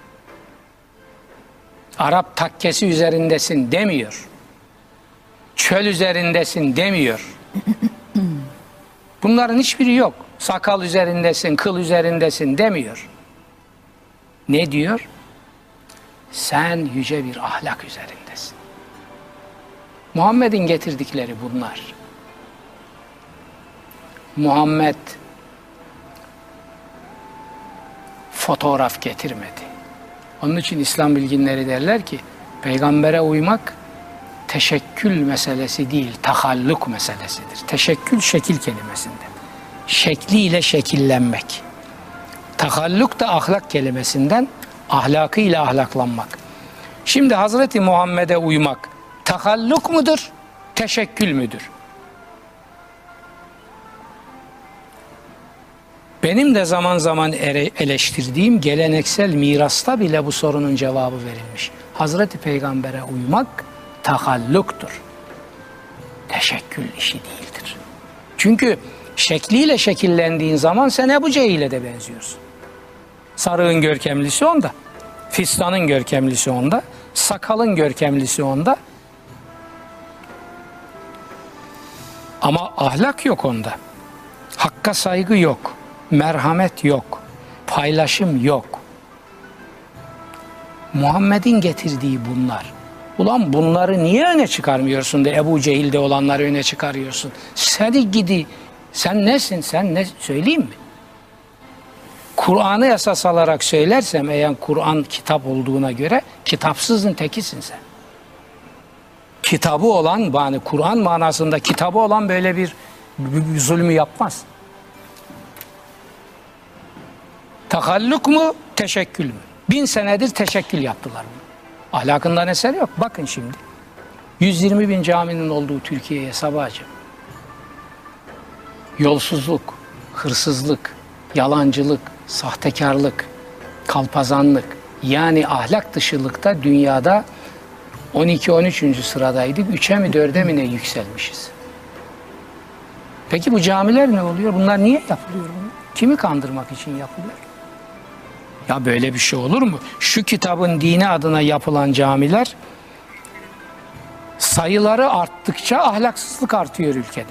Arap takkesi üzerindesin demiyor. Çöl üzerindesin demiyor. Bunların hiçbiri yok. Sakal üzerindesin, kıl üzerindesin demiyor. Ne diyor? Sen yüce bir ahlak üzerindesin. Muhammed'in getirdikleri bunlar. Muhammed fotoğraf getirmedi. Onun için İslam bilginleri derler ki peygambere uymak teşekkül meselesi değil, tahalluk meselesidir. Teşekkül şekil kelimesinden. Şekliyle şekillenmek. Tahalluk da ahlak kelimesinden, ahlakıyla ahlaklanmak. Şimdi Hazreti Muhammed'e uymak tahalluk mudur, teşekkül müdür? Benim de zaman zaman eleştirdiğim geleneksel mirasta bile bu sorunun cevabı verilmiş. Hazreti Peygamber'e uymak tahalluktur. Teşekkül işi değildir. Çünkü şekliyle şekillendiğin zaman sen Ebu Cehil'e de benziyorsun. Sarığın görkemlisi onda. Fistanın görkemlisi onda. Sakalın görkemlisi onda. Ama ahlak yok onda. Hakka saygı yok. Merhamet yok. Paylaşım yok. Muhammed'in getirdiği bunlar. Ulan bunları niye öne çıkarmıyorsun da Ebu Cehil'de olanları öne çıkarıyorsun? Seni gidi. Sen nesin? Sen ne? Söyleyeyim mi? Kur'an'ı esas alarak söylersem eğer Kur'an kitap olduğuna göre kitapsızın tekisin sen. Kitabı olan, yani Kur'an manasında kitabı olan böyle bir zulmü yapmaz. Tahalluk mu, teşekkül mü? 1000 senedir teşekkül yaptılar bunu. Ahlakından eser yok. Bakın şimdi. 120 bin caminin olduğu Türkiye'ye sabahcı. Yolsuzluk, hırsızlık, yalancılık, sahtekarlık, kalpazanlık, yani ahlak dışılıkta dünyada 12-13. sıradaydık. 3'e mi 4'e mi ne yükselmişiz? Peki bu camiler ne oluyor? Bunlar niye yapılıyor? Kimi kandırmak için yapılıyor? Ya böyle bir şey olur mu? Şu kitabın dini adına yapılan camiler sayıları arttıkça ahlaksızlık artıyor ülkede.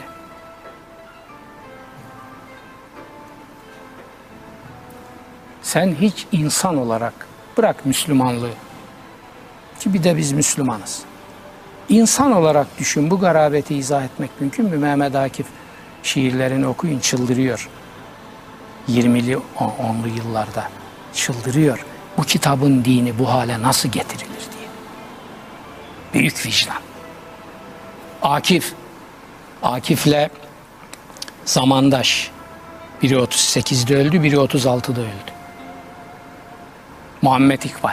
Sen hiç insan olarak bırak Müslümanlığı ki bir de biz Müslümanız. İnsan olarak düşün, bu garabeti izah etmek mümkün mü? Mehmet Akif şiirlerini okuyun, çıldırıyor. 20'li 10'lu yıllarda çıldırıyor. Bu kitabın dini bu hale nasıl getirilir diye. Büyük vicdan. Akif'le zamandaş. Biri 38'de öldü, biri 36'da öldü. Muhammed İkbal.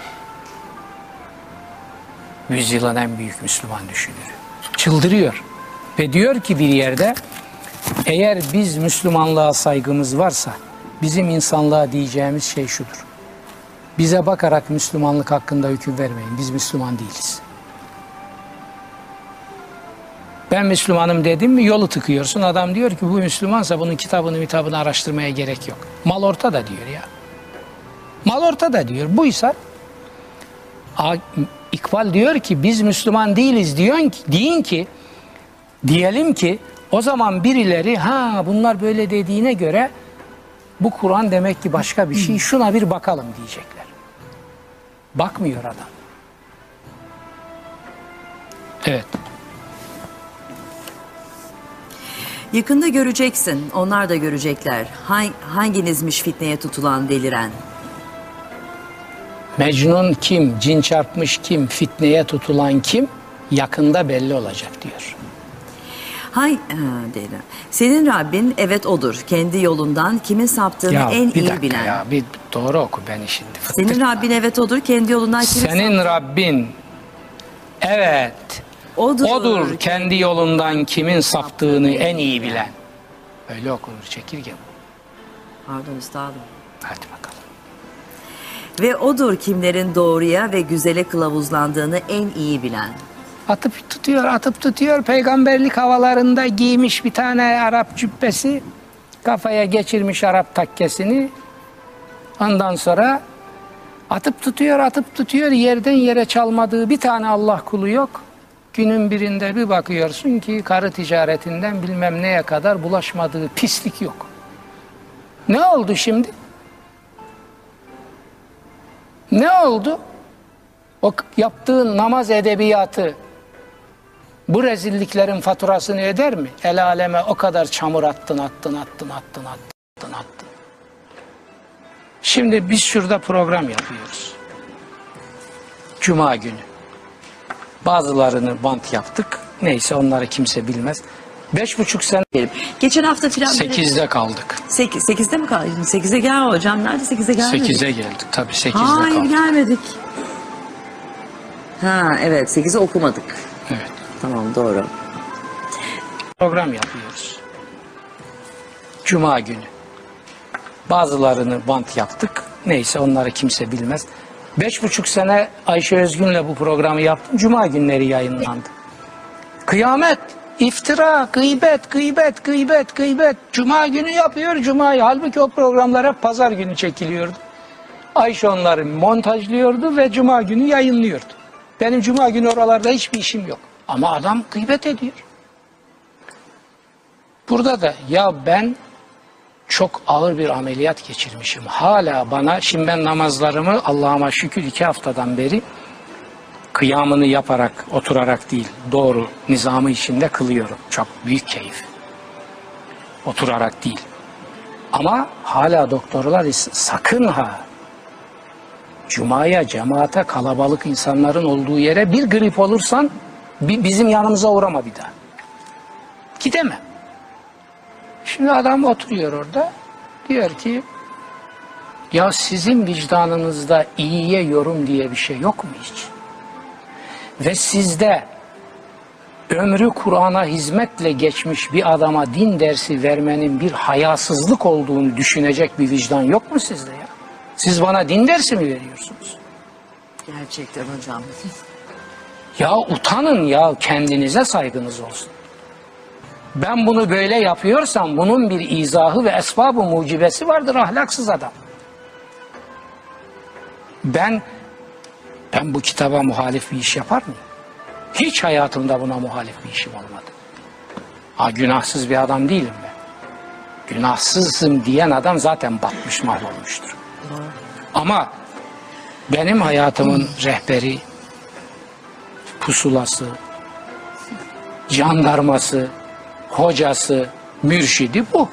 Yüzyılın en büyük Müslüman düşünürü. Çıldırıyor. Ve diyor ki bir yerde, eğer biz Müslümanlığa saygımız varsa bizim insanlığa diyeceğimiz şey şudur: bize bakarak Müslümanlık hakkında hüküm vermeyin. Biz Müslüman değiliz. Ben Müslümanım dedim mi yolu tıkıyorsun. Adam diyor ki bu Müslümansa bunun kitabını araştırmaya gerek yok. Mal ortada diyor ya. Mal ortada diyor. Buysa İkbal diyor ki biz Müslüman değiliz diyelim ki o zaman birileri bunlar böyle dediğine göre bu Kur'an demek ki başka bir şey, şuna bir bakalım diyecekler. Bakmıyor adam. Evet. Yakında göreceksin, onlar da görecekler. Hanginizmiş fitneye tutulan, deliren? Mecnun kim, cin çarpmış kim, fitneye tutulan kim, yakında belli olacak diyor. Deliren. Senin Rabbin evet odur. Kendi yolundan kimin saptığını en iyi bilen. Ya bir doğru oku beni şimdi. Senin Rabbin evet odur. Kendi yolundan kimin Senin Rabbin evet odur. Kendi yolundan kimin saptığını en iyi bilen. Öyle okunur çekirge. Pardon üstadım. Hadi bakalım. Ve odur kimlerin doğruya ve güzele kılavuzlandığını en iyi bilen. Atıp tutuyor. Peygamberlik havalarında giymiş bir tane Arap cübbesi. Kafaya geçirmiş Arap takkesini. Ondan sonra atıp tutuyor. Yerden yere çalmadığı bir tane Allah kulu yok. Günün birinde bir bakıyorsun ki karı ticaretinden bilmem neye kadar bulaşmadığı pislik yok. Ne oldu şimdi? Ne oldu? O yaptığın namaz edebiyatı bu rezilliklerin faturasını öder mi? El aleme o kadar çamur attın. Şimdi biz şurada program yapıyoruz. Cuma günü. Bazılarını bant yaptık. Neyse onları kimse bilmez. 5,5 sene. Geçen hafta filan... 8'de kaldık. 8'de mi kaldın? 8'e gel hocam. Nerede 8'e gelmedik? 8'e geldik tabii 8'de Hayır, kaldık. gelmedik. Evet 8'i okumadık. Evet. Tamam doğru. Program yapıyoruz. Cuma günü. Bazılarını bant yaptık. Neyse onları kimse bilmez. 5,5 sene Ayşe Özgün'le bu programı yaptım. Cuma günleri yayınlandı. Kıyamet, iftira, gıybet. Cuma günü yapıyor Cuma'yı. Halbuki o programlar hep pazar günü çekiliyordu. Ayşe onları montajlıyordu ve Cuma günü yayınlıyordu. Benim Cuma günü oralarda hiçbir işim yok. Ama adam gıybet ediyor. Burada da ya ben çok ağır bir ameliyat geçirmişim. Hala bana, şimdi ben namazlarımı Allah'ıma şükür 2 haftadan beri kıyamını yaparak, oturarak değil, doğru nizamı içinde kılıyorum. Çok büyük keyif. Oturarak değil. Ama hala doktorlar sakın ha, Cuma'ya, cemaate, kalabalık insanların olduğu yere bir grip olursan bizim yanımıza uğrama bir daha. Gidemem. Şimdi adam oturuyor orada, diyor ki ya sizin vicdanınızda iyiye yorum diye bir şey yok mu hiç? Ve sizde ömrü Kur'an'a hizmetle geçmiş bir adama din dersi vermenin bir hayasızlık olduğunu düşünecek bir vicdan yok mu sizde ya? Siz bana din dersi mi veriyorsunuz? Gerçekten hocam. Ya utanın ya, kendinize saygınız olsun. Ben bunu böyle yapıyorsam bunun bir izahı ve esbab-ı mucibesi vardır, ahlaksız adam. Ben bu kitaba muhalif bir iş yapar mıyım? Hiç hayatımda buna muhalif bir işim olmadı. Günahsız bir adam değilim ben. Günahsızım diyen adam zaten batmış, mahvolmuştur. Ama benim hayatımın rehberi, pusulası, jandarması, hocası, mürşidi bu.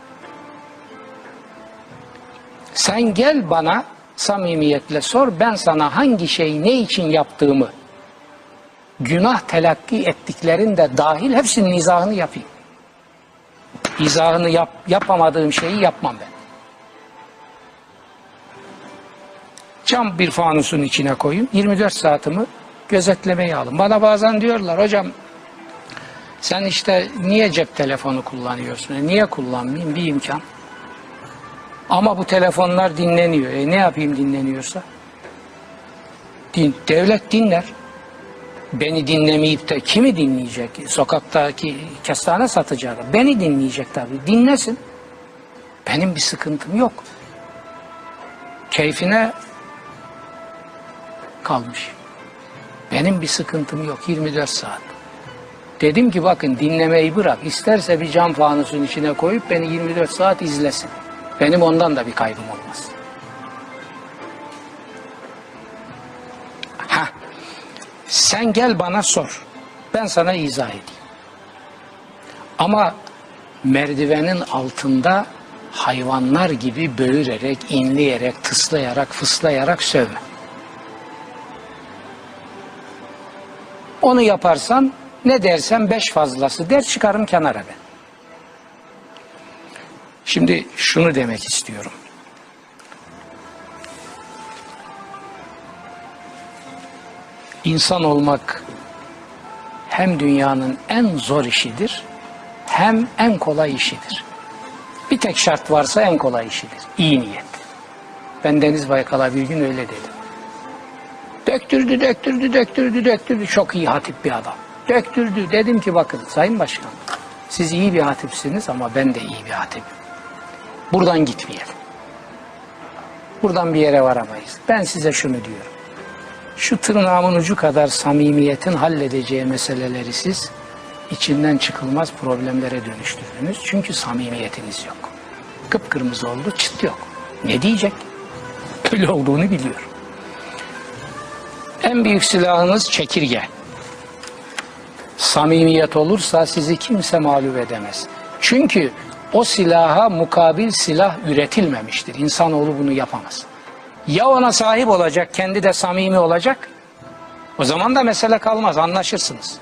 Sen gel bana samimiyetle sor, ben sana hangi şeyi ne için yaptığımı, günah telakki ettiklerin de dahil hepsinin izahını yapayım. İzahını yapamadığım şeyi yapmam ben. Cam bir fanusun içine koyayım, 24 saatimi gözetlemeye alın. Bana bazen diyorlar, hocam sen işte niye cep telefonu kullanıyorsun? Niye kullanmayayım? Bir imkan. Ama bu telefonlar dinleniyor. Ne yapayım dinleniyorsa? Devlet dinler. Beni dinlemeyip de kimi dinleyecek? Sokaktaki kestane satacak. Beni dinleyecek tabii. Dinlesin. Benim bir sıkıntım yok. Keyfine kalmış. Benim bir sıkıntım yok. 24 saat. Dedim ki bakın dinlemeyi bırak. İsterse bir cam fanusun içine koyup beni 24 saat izlesin. Benim ondan da bir kaybım olmaz. Sen gel bana sor. Ben sana izah edeyim. Ama merdivenin altında hayvanlar gibi böğürerek, inleyerek, tıslayarak, fıslayarak sövme. Onu yaparsan ne dersen 5 fazlası der, çıkarım kenara ben. Şimdi şunu demek istiyorum. İnsan olmak hem dünyanın en zor işidir, hem en kolay işidir. Bir tek şart varsa en kolay işidir. İyi niyet. Ben Deniz Baykal'a bir gün öyle dedim. Döktürdü. Çok iyi hatip bir adam. Döktürdü. Dedim ki bakın Sayın Başkan, siz iyi bir hatipsiniz ama ben de iyi bir hatipim. Buradan gitmeyelim. Buradan bir yere varamayız. Ben size şunu diyorum. Şu tırnağımın ucu kadar samimiyetin halledeceği meseleleri siz içinden çıkılmaz problemlere dönüştürdünüz. Çünkü samimiyetiniz yok. Kıpkırmızı oldu, çıt yok. Ne diyecek? Öyle olduğunu biliyor. En büyük silahınız çekirge. Samimiyet olursa sizi kimse mağlup edemez. Çünkü o silaha mukabil silah üretilmemiştir. İnsanoğlu bunu yapamaz. Ya ona sahip olacak, kendi de samimi olacak, o zaman da mesele kalmaz, anlaşırsınız.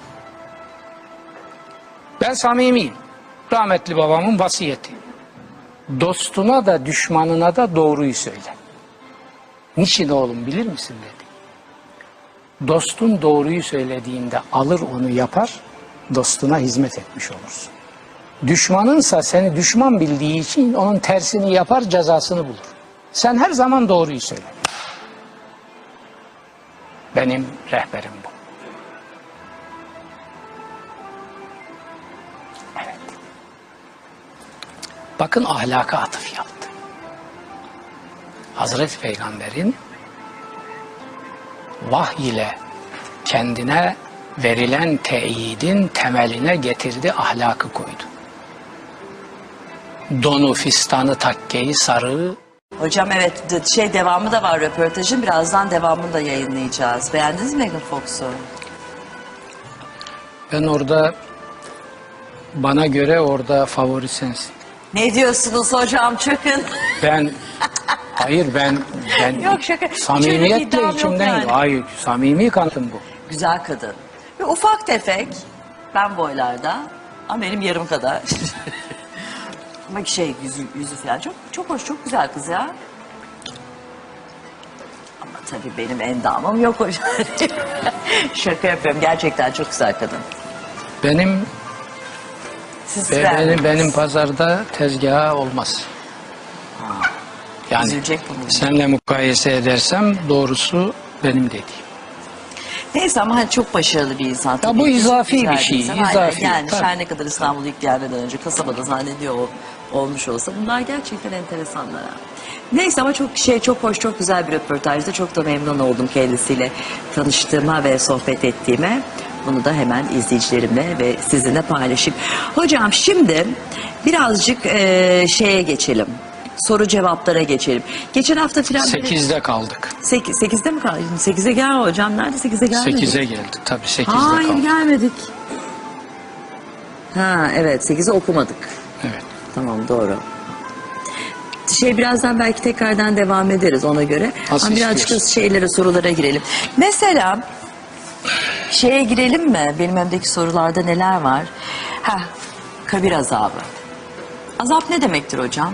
Ben samimiyim. Rahmetli babamın vasiyeti. Dostuna da düşmanına da doğruyu söyle. Niçin oğlum bilir misin dedi. Dostun doğruyu söylediğinde alır onu yapar, dostuna hizmet etmiş olursun. Düşmanınsa seni düşman bildiği için onun tersini yapar, cezasını bulur. Sen her zaman doğruyu söyle. Benim rehberim bu. Evet. Bakın ahlaka atıf yaptı. Hazreti Peygamber'in vahiy ile kendine verilen teyidin temeline getirdi, ahlakı koydu. Donu, fistanı, takkeyi, sarığı. Hocam evet devamı da var röportajın. Birazdan devamını da yayınlayacağız. Beğendiniz mi Megan Fox'u? Ben orada, bana göre orada favori sensin. Ne diyorsunuz hocam, çökün. Hayır ben Yok şaka. samimiyetle içimden yani. Hayır, samimi kanıtım bu. Güzel kadın. Ve ufak tefek, ben boylarda ama benim yarım kadar. Ama yüzü falan çok hoş, çok güzel kız ya. Ama tabii benim endamım yok hocam. Şaka yapıyorum, gerçekten çok güzel kadın. Benim pazarda tezgaha olmaz. Yani üzülecek bunu. seninle mukayese edersem doğrusu benim dediğim. Neyse ama hani çok başarılı bir insan. tabii bu ki. izafi Güzel bir şey, insan. Aynen. izafi, Yani tabii. her ne kadar İstanbul'a ilk gelmeden önce kasabada zannediyor olmuş olsa bunlar gerçekten enteresanlar. Ha. Neyse ama çok hoş, çok güzel bir röportajdı. Çok da memnun oldum kendisiyle tanıştığıma ve sohbet ettiğime. Bunu da hemen izleyicilerimle ve sizinle paylaşayım. Hocam şimdi birazcık şeye geçelim. Soru cevaplara geçelim. Geçen hafta filan... 8'de kaldık. 8'de mi kaldı? 8'e gel hocam. Nerede 8'e gelmedik? 8'e geldik tabii 8'de Hayır kaldık. gelmedik. Ha evet 8'i okumadık. Evet. Tamam doğru. Birazdan belki tekrardan devam ederiz ona göre. Nasıl Ama birazcık da istiyorsun? sorulara girelim. Mesela şeye girelim mi? Benim önümdeki sorularda neler var? Kabir azabı. Azap ne demektir hocam?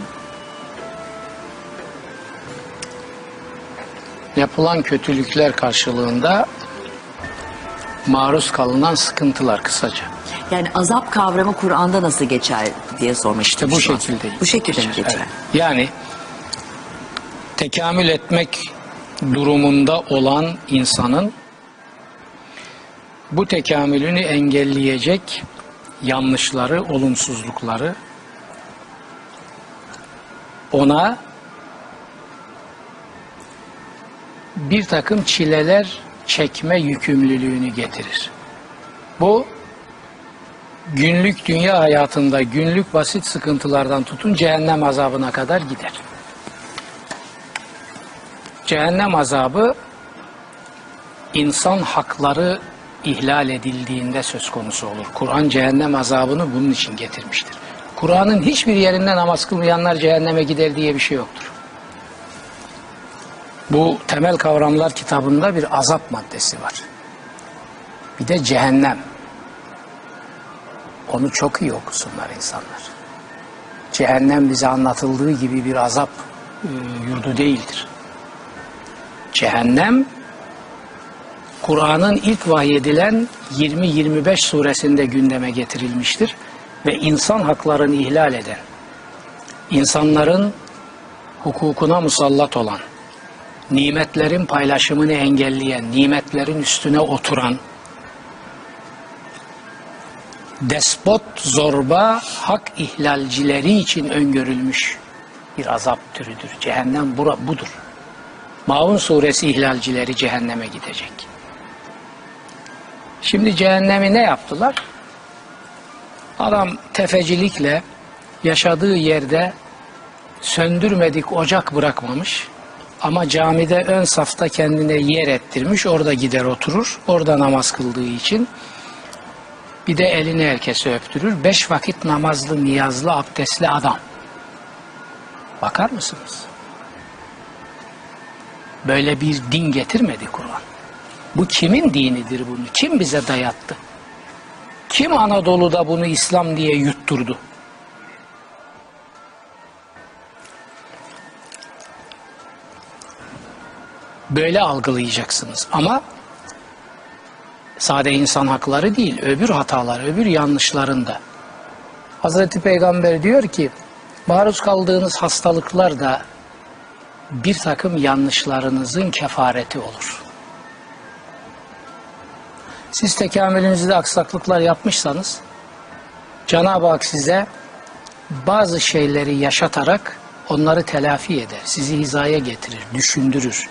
Yapılan kötülükler karşılığında maruz kalınan sıkıntılar kısaca. Yani azap kavramı Kur'an'da nasıl geçer diye sormak İşte bu istedim. şekilde. Bu şekilde mi geçer? Evet. Yani tekamül etmek durumunda olan insanın bu tekamülünü engelleyecek yanlışları, olumsuzlukları ona bir takım çileler çekme yükümlülüğünü getirir. Bu günlük dünya hayatında günlük basit sıkıntılardan tutun cehennem azabına kadar gider. Cehennem azabı insan hakları ihlal edildiğinde söz konusu olur. Kur'an cehennem azabını bunun için getirmiştir. Kur'an'ın hiçbir yerinde namaz kılmayanlar cehenneme gider diye bir şey yoktur. Bu temel kavramlar kitabında bir azap maddesi var. Bir de cehennem. Onu çok iyi okusunlar insanlar. Cehennem bize anlatıldığı gibi bir azap yurdu değildir. Cehennem, Kur'an'ın ilk vahyedilen 20-25 suresinde gündeme getirilmiştir ve insan haklarını ihlal eden, insanların hukukuna musallat olan, nimetlerin paylaşımını engelleyen, nimetlerin üstüne oturan, despot, zorba, hak ihlalcileri için öngörülmüş bir azap türüdür. Cehennem budur. Maun suresi ihlalcileri cehenneme gidecek. Şimdi cehennemi ne yaptılar? Adam tefecilikle yaşadığı yerde söndürmedik ocak bırakmamış ama camide ön safta kendine yer ettirmiş, orada gider oturur, orada namaz kıldığı için bir de elini herkese öptürür. 5 vakit namazlı, niyazlı, abdestli adam. Bakar mısınız? Böyle bir din getirmedi Kur'an. Bu kimin dinidir bunu? Kim bize dayattı? Kim Anadolu'da bunu İslam diye yutturdu? Böyle algılayacaksınız ama sade insan hakları değil, öbür hatalar, öbür yanlışlarında. Hazreti Peygamber diyor ki, maruz kaldığınız hastalıklar da bir takım yanlışlarınızın kefareti olur. Siz tekamülünüzde aksaklıklar yapmışsanız, Cenab-ı Hak size bazı şeyleri yaşatarak onları telafi eder, sizi hizaya getirir, düşündürür.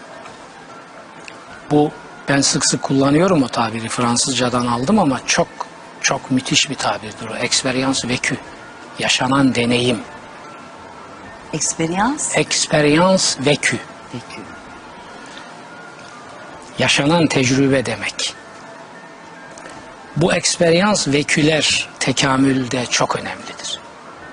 Bu, ben sık sık kullanıyorum o tabiri, Fransızcadan aldım ama çok çok müthiş bir tabirdir o. Experience vécue, yaşanan deneyim. Experience vécue. Yaşanan tecrübe demek. Bu experience vécue'ler tekamülde çok önemlidir.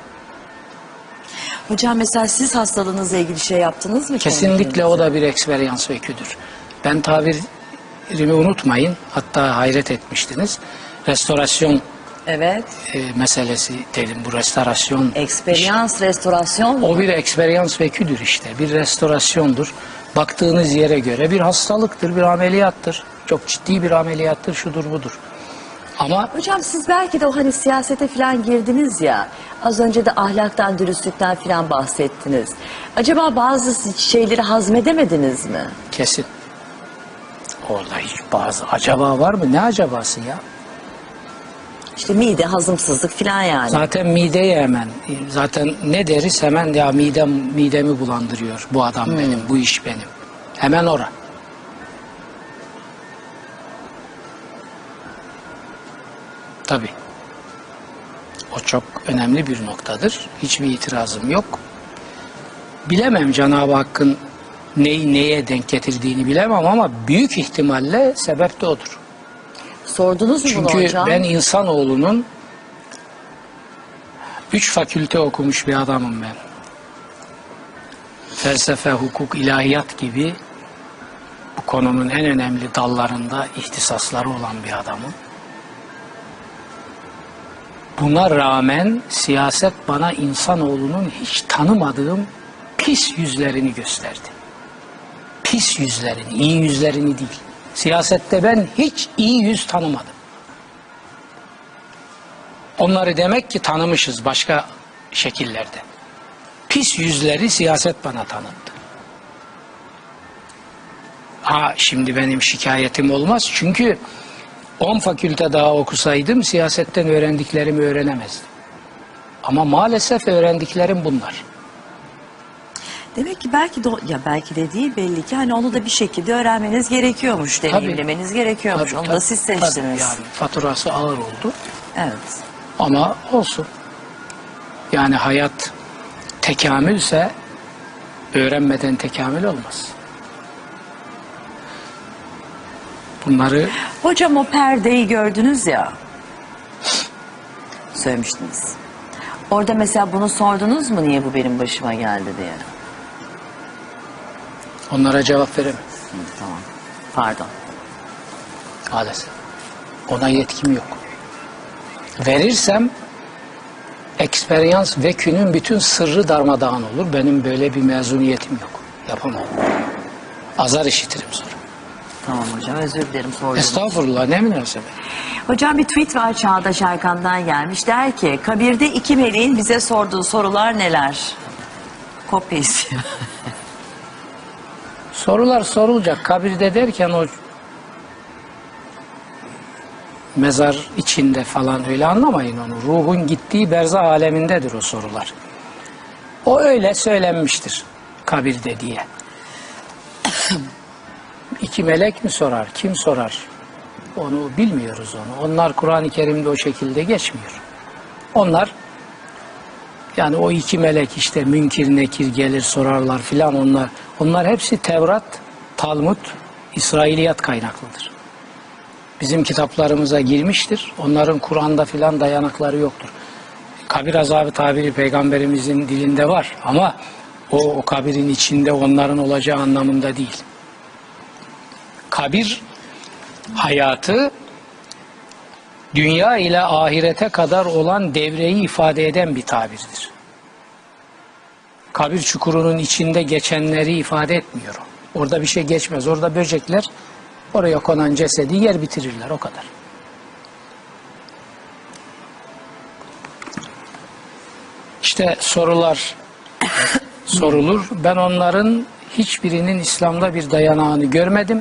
Hocam mesela siz hastalığınızla ilgili şey yaptınız mı? Kesinlikle o da bir experience vécue'dür. Ben tabirimi unutmayın, hatta hayret etmiştiniz. Restorasyon meselesi dedim, bu restorasyon. Restorasyon. O bir experience vécue'dür işte, bir restorasyondur. Baktığınız yere göre bir hastalıktır, bir ameliyattır. Çok ciddi bir ameliyattır, şudur budur. Ama hocam siz belki de o hani siyasete falan girdiniz ya, az önce de ahlaktan, dürüstlükten falan bahsettiniz. Acaba bazı şeyleri hazmedemediniz mi? kesin. Orada hiç bazı acaba var mı? Ne acabası ya? İşte mide, hazımsızlık falan yani. Zaten mideye hemen. Zaten ne deriz hemen ya midemi bulandırıyor. Bu adam benim, bu iş benim. Hemen ora. Tabii. O çok önemli bir noktadır. Hiçbir itirazım yok. Bilemem Cenab-ı Hakk'ın neyi neye denk getirdiğini bilemem ama büyük ihtimalle sebep de odur. Sordunuz mu bunu Çünkü hocam? ben insanoğlunun 3 fakülte okumuş bir adamım ben. Felsefe, hukuk, ilahiyat gibi bu konunun en önemli dallarında ihtisasları olan bir adamım. Buna rağmen siyaset bana insanoğlunun hiç tanımadığım pis yüzlerini gösterdi. Pis yüzlerini, iyi yüzlerini değil. Siyasette ben hiç iyi yüz tanımadım. Onları demek ki tanımışız başka şekillerde. Pis yüzleri siyaset bana tanıttı. Şimdi benim şikayetim olmaz çünkü 10 fakülte daha okusaydım siyasetten öğrendiklerimi öğrenemezdim. Ama maalesef öğrendiklerim bunlar. Demek ki belki de ya belki de değil, belli ki hani onu da bir şekilde öğrenmeniz gerekiyormuş, deneyimlemeniz gerekiyormuş. Onu da siz seçtiniz. Tabii, yani faturası ağır oldu. Evet. Ama olsun. Yani hayat tekamülse öğrenmeden tekamül olmaz. Bunları Hocam o perdeyi gördünüz ya. Söylemiştiniz. Orada mesela bunu sordunuz mu, niye bu benim başıma geldi diye? onlara cevap veremem. Tamam. Pardon. Maalesef. Ona yetkim yok. Verirsem eksperyans ve künün bütün sırrı darmadağın olur. Benim böyle bir mezuniyetim yok. Yapamam. Azar işitirim sonra. Tamam hocam, özür dilerim sorduğum. Estağfurullah, ne münasebet. Hocam bir tweet var Çağdaş Erkan'dan gelmiş. Der ki kabirde iki meleğin bize sorduğu sorular neler? Kopya istiyor. Sorular sorulacak. Kabirde derken o mezar içinde falan öyle anlamayın onu. Ruhun gittiği berzah alemindedir o sorular. O öyle söylenmiştir kabirde diye. İki melek mi sorar? Kim sorar? Onu bilmiyoruz onu. Onlar Kur'an-ı Kerim'de o şekilde geçmiyor. Onlar yani o iki melek işte Münkir Nekir gelir sorarlar filan, onlar hepsi Tevrat, Talmud, İsrailiyat kaynaklıdır. Bizim kitaplarımıza girmiştir. Onların Kur'an'da filan dayanakları yoktur. Kabir azabı tabiri peygamberimizin dilinde var ama o kabirin içinde onların olacağı anlamında değil. Kabir hayatı dünya ile ahirete kadar olan devreyi ifade eden bir tabirdir. Kabir çukurunun içinde geçenleri ifade etmiyor. Orada bir şey geçmez. Orada böcekler oraya konan cesedi yer bitirirler. O kadar. İşte sorular sorulur. Ben onların hiçbirinin İslam'da bir dayanağını görmedim.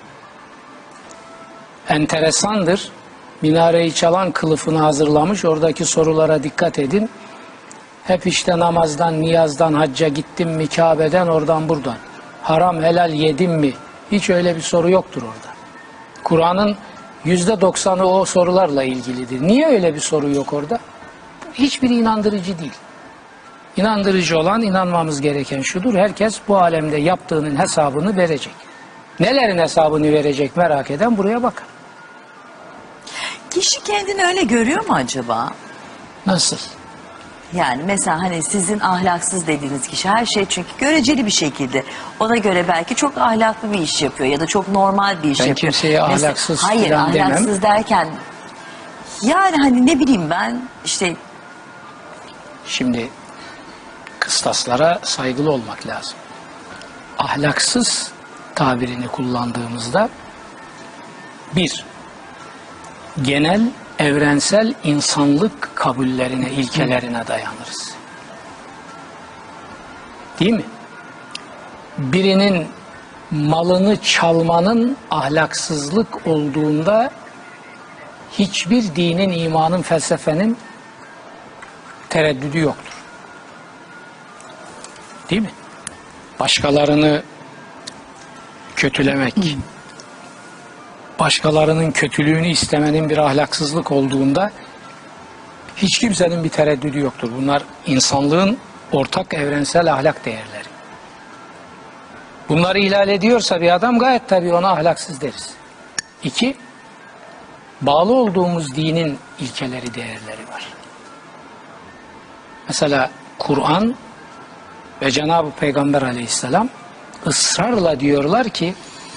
Enteresandır. Minareyi çalan kılıfını hazırlamış. Oradaki sorulara dikkat edin. Hep işte namazdan, niyazdan, hacca gittim mi, Kabe'den, oradan buradan. Haram, helal yedim mi? Hiç öyle bir soru yoktur orada. Kur'an'ın %90'ı o sorularla ilgilidir. Niye öyle bir soru yok orada? Hiçbiri inandırıcı değil. İnandırıcı olan, inanmamız gereken şudur: herkes bu alemde yaptığının hesabını verecek. Nelerin hesabını verecek merak eden buraya bakar. Kişi kendini öyle görüyor mu acaba? Nasıl? Yani mesela hani sizin ahlaksız dediğiniz kişi her şey çünkü göreceli bir şekilde. Ona göre belki çok ahlaklı bir iş yapıyor ya da çok normal bir iş Ben yapıyor. kimseye ahlaksız hayır, falan demem. ahlaksız derken yani hani ne bileyim ben işte Şimdi kıstaslara saygılı olmak lazım. Ahlaksız tabirini kullandığımızda bir, genel evrensel insanlık kabullerine, ilkelerine dayanırız. Değil mi? Birinin malını çalmanın ahlaksızlık olduğunda hiçbir dinin, imanın, felsefenin tereddüdü yoktur. Değil mi? Başkalarını kötülemek, başkalarının kötülüğünü istemenin bir ahlaksızlık olduğunda hiç kimsenin bir tereddüdü yoktur. Bunlar insanlığın ortak evrensel ahlak değerleri. Bunları ihlal ediyorsa bir adam gayet tabii ona ahlaksız deriz. 2, bağlı olduğumuz dinin ilkeleri, değerleri var. Mesela Kur'an ve Cenab-ı Peygamber aleyhisselam ısrarla diyorlar ki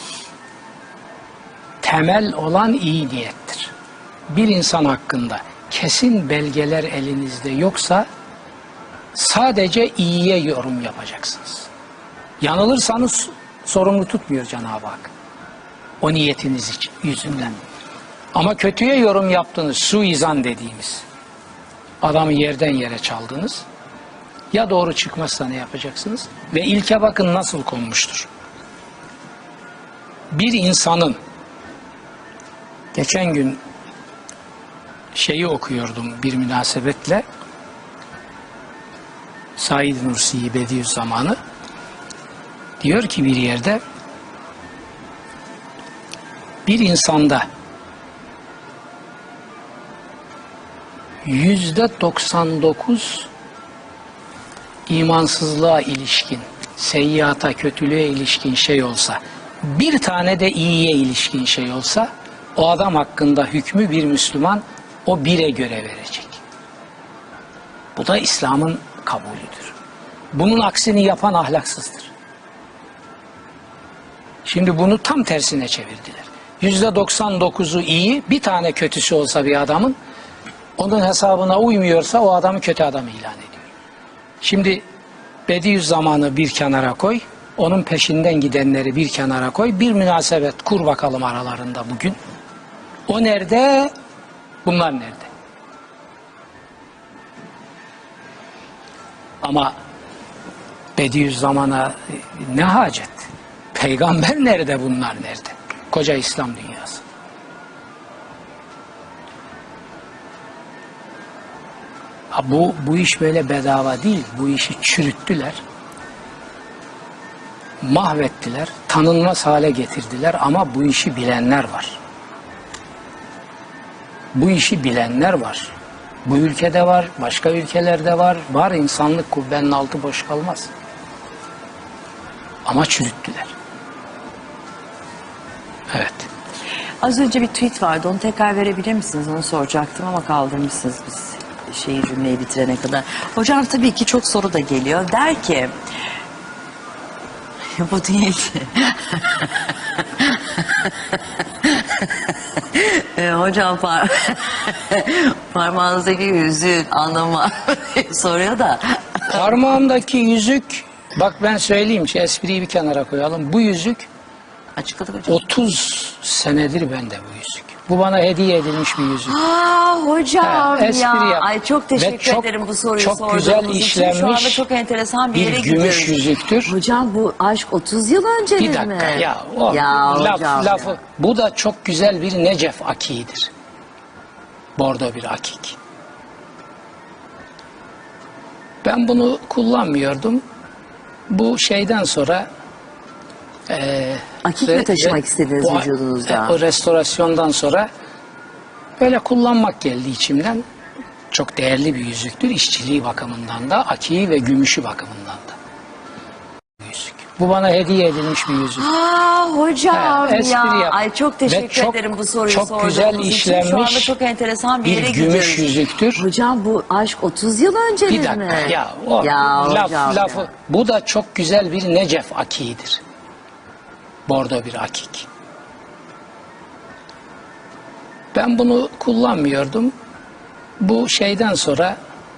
temel olan iyi niyettir. Bir insan hakkında kesin belgeler elinizde yoksa sadece iyiye yorum yapacaksınız. Yanılırsanız sorumlu tutmuyor Cenab-ı Hak. O niyetiniz için, yüzünden. Ama kötüye yorum yaptınız, suizan dediğimiz. Adamı yerden yere çaldınız. Ya doğru çıkmazsa ne yapacaksınız? Ve ilke bakın nasıl konmuştur. Bir insanın, geçen gün şeyi okuyordum bir münasebetle, Said Nursi'yi Bediüzzaman'ı, diyor ki bir yerde, bir insanda %99 imansızlığa ilişkin, seyyiata, kötülüğe ilişkin şey olsa, bir tane de iyiye ilişkin şey olsa, o adam hakkında hükmü bir Müslüman o bire göre verecek. Bu da İslam'ın kabulüdür. Bunun aksini yapan ahlaksızdır. Şimdi bunu tam tersine çevirdiler. %99'u iyi, bir tane kötüsü olsa bir adamın, onun hesabına uymuyorsa o adamı kötü adam ilan ediyor. Şimdi Bediüzzaman'ı bir kenara koy, onun peşinden gidenleri bir kenara koy, bir münasebet kur bakalım aralarında bugün. O nerede, bunlar nerede? Ama Bediüzzaman'a ne hacet? Peygamber nerede, bunlar nerede? Koca İslam dünyası. Bu iş böyle bedava değil. Bu işi çürüttüler. Mahvettiler. Tanınmaz hale getirdiler ama bu işi bilenler var. Bu işi bilenler var. Bu ülkede var, başka ülkelerde var. Var, insanlık kubbenin altı boş kalmaz. Ama çürüttüler. Evet. Az önce bir tweet vardı. Onu tekrar verebilir misiniz? Onu soracaktım ama kaldırmışsınız biz cümleyi bitirene kadar. Hocam tabii ki çok soru da geliyor. Der ki bu değil. Hocam parmağınızdaki yüzüğün anlamı soruyor da. Parmağımdaki yüzük, bak ben söyleyeyim, espriyi bir kenara koyalım. Bu yüzük açıkladık hocam. 30 senedir bende bu yüzük. Bu bana hediye edilmiş bir yüzük. Hocam espri ya. yap. Ay çok teşekkür ederim bu soruyu çok sorduğunuz güzel için. işlenmiş Şu anda çok enteresan bir yere bir gidiyoruz. gümüş yüzüktür. Hocam bu aşk 30 yıl öncedir mi? Bir dakika ya. O hocam lafı. ya. Bu da çok güzel bir Necef akiğidir. Bordo bir akik. Ben bunu kullanmıyordum. Bu şeyden sonra Akik mi taşımak istediniz vücudunuzda? O restorasyondan sonra böyle kullanmak geldi içimden. Çok değerli bir yüzüktür. İşçiliği bakımından da, akiği ve gümüşü bakımından da. Yüzük. Bu bana hediye edilmiş bir yüzük. Hocam espri ya. yap. Ay çok teşekkür ederim bu soruyu çok sorduğunuz güzel için. Şu işlenmiş anda çok enteresan bir yere bir gidiyoruz. gümüş yüzüktür. Hocam bu aşk 30 yıl öncedir Bir dakika mi? ya. Hocam Lafı. ya. Bu da çok güzel bir Necef akiğidir. Bordo bir akik. Ben bunu kullanmıyordum. Bu şeyden sonra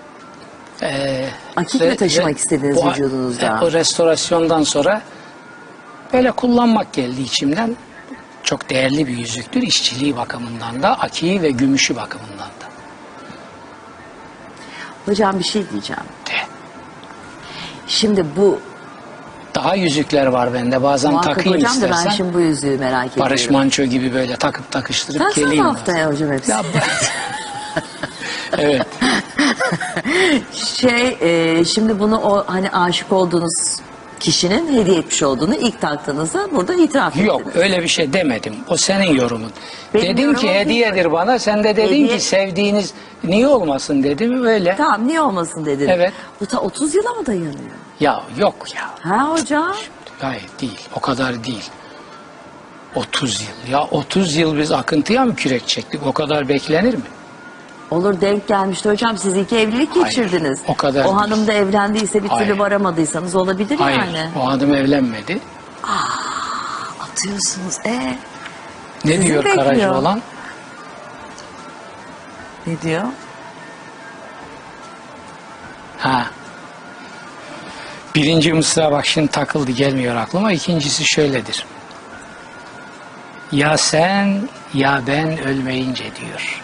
Akik mi taşımak istediniz vücudunuzda? O restorasyondan sonra böyle kullanmak geldi içimden. Çok değerli bir yüzüktür. İşçiliği bakımından da, akiği ve gümüşü bakımından da. Hocam bir şey diyeceğim. De. Şimdi bu Daha yüzükler var bende. Bazen Muhakkak takayım hocam da ben istersen. şimdi bu yüzüğü merak ediyorum. Barış Manço gibi böyle takıp takıştırıp Taksana geleyim. haftaya hocam hepsi. Ya, evet. Şimdi bunu o hani aşık olduğunuz kişinin hediye etmiş olduğunu ilk taktığınızda burada itiraf Yok ettiniz. öyle bir şey demedim. O senin yorumun. Benim Dedim yorumum ki değil. hediyedir bana. Sen de dedin Hediye- ki sevdiğiniz niye olmasın dedim. Öyle. Tamam niye olmasın dedin. Evet. Bu ta 30 yıla mı dayanıyor? Ya yok ya. Ha hocam? Hayır değil. O kadar değil. 30 yıl. Ya 30 yıl biz akıntıya mı kürek çektik? O kadar beklenir mi? Olur denk gelmişti hocam. Siz iki evlilik Hayır, geçirdiniz. o kadar O değil. hanım da evlendiyse bir türlü Hayır. varamadıysanız olabilir Hayır. yani. O adam evlenmedi. Atıyorsunuz. Ne Sizi diyor bekliyor. Karacaoğlan? Ne diyor? Ha. Birinci mısra bak şimdi takıldı gelmiyor aklıma. İkincisi şöyledir. Ya sen ya ben ölmeyince diyor.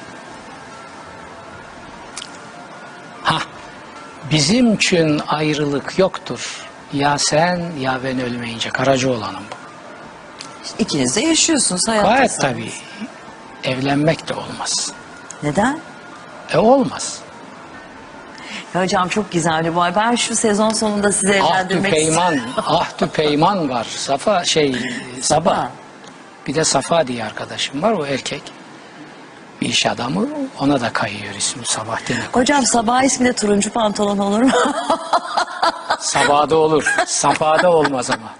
Ha. Bizim için ayrılık yoktur. Ya sen ya ben ölmeyince. Karacaoğlan'ın bu. İkiniz de yaşıyorsunuz Gayet hayatınızı. tabii. Evlenmek de olmaz. Neden? Olmaz. Ya hocam çok güzeldi bu ay. Ben şu sezon sonunda sizi Ahdü evlendirmek peyman, ahdü peyman var. Sabah. Bir de Safa diye arkadaşım var, o erkek. Bir iş adamı, ona da kayıyor ismi Sabah demek. Hocam sabah ismi de turuncu pantolon olur mu? Sabahda olur, Safa'da olmaz ama.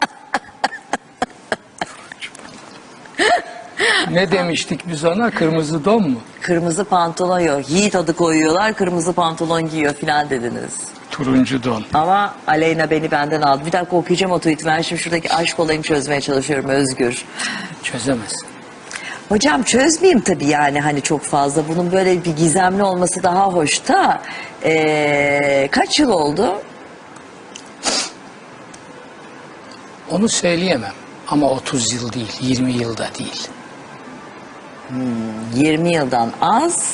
Ne demiştik biz ona? Kırmızı don mu? Kırmızı pantolon yok. Yiğit adı koyuyorlar, kırmızı pantolon giyiyor filan dediniz. Turuncu don. Ama Aleyna beni benden aldı. Bir dakika okuyacağım o tweet'i. Ben şimdi şuradaki aşk olayını çözmeye çalışıyorum Özgür. Çözemez. Hocam çözmeyeyim tabii yani hani çok fazla. Bunun böyle bir gizemli olması daha hoş da. Kaç yıl oldu? Onu söyleyemem. Ama 30 yıl değil, 20 yılda değil. 20 yıldan az.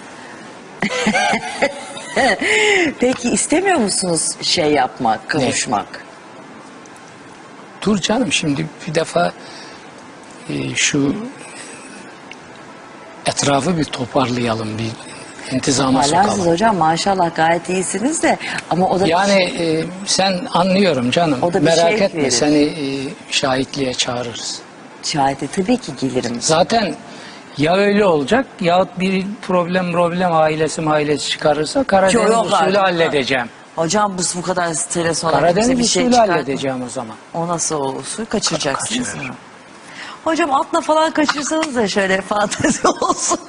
Peki istemiyor musunuz şey yapmak, kavuşmak? Dur canım şimdi bir defa şu etrafı bir toparlayalım, bir intizama Halarsız sokalım. hocam maşallah gayet iyisiniz de ama o da Yani sen anlıyorum canım. O da bir Merak şey etme verir. seni şahitliğe çağırırız. şahide tabii ki gelirim. Zaten ya öyle olacak yahut bir problem ailesi çıkarırsa Karadeniz Yok usulü artık. halledeceğim. Hocam bu kadar stres olan Karadeniz kimse bir şey usulü çıkartma. halledeceğim o zaman. O nasıl o usul? Kaçıracaksınız Kaçırırım. mı? Hocam atla falan kaçırsanız da şöyle fantezi olsun.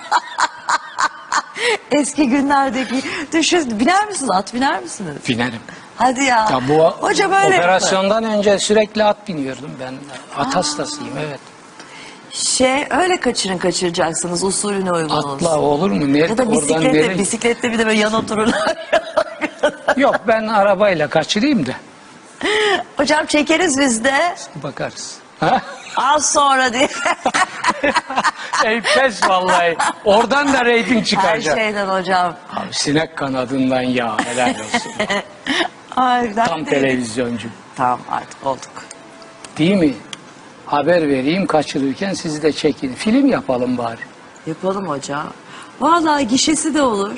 Eski günlerdeki biner misiniz? At biner misiniz? Binerim. Hadi ya. Ya bu Hocam öyle yapın. operasyondan önce sürekli at biniyordum ben. At hastasıyım evet. Öyle kaçıracaksınız usulüne uygun olsun. Atla olur mu? Ya da Oradan nereye? bisiklette bir de böyle yan otururlar. Yok ben arabayla kaçırayım da Hocam çekeriz biz de. bakarız. Ha? Az sonra diye. Ey pes vallahi. Oradan da reyting Her çıkacak. şeyden hocam. Abi sinek kanadından ya helal olsun. Ay, Tam televizyoncu. Tamam artık olduk. Değil mi? Haber vereyim kaçırırken sizi de çekin. Film yapalım bari. Yapalım hocam. Vallahi gişesi de olur.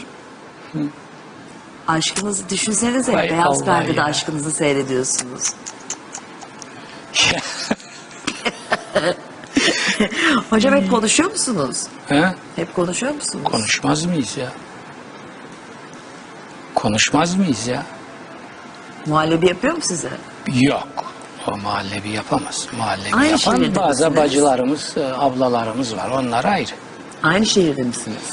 Aşkınızı düşünsenize. Ay Beyaz Allah perdede ya. aşkınızı seyrediyorsunuz. Hocam hep konuşuyor musunuz? He? Hep konuşuyor musunuz? Konuşmaz mıyız ya? Konuşmaz mıyız ya? Muhallebi yapıyor mu size? Yok. O mahallebi yapamaz. Mahallebi Aynı yapan şehirde bazı misiniz? bacılarımız, ablalarımız var. Onlar ayrı. Aynı şehirde misiniz?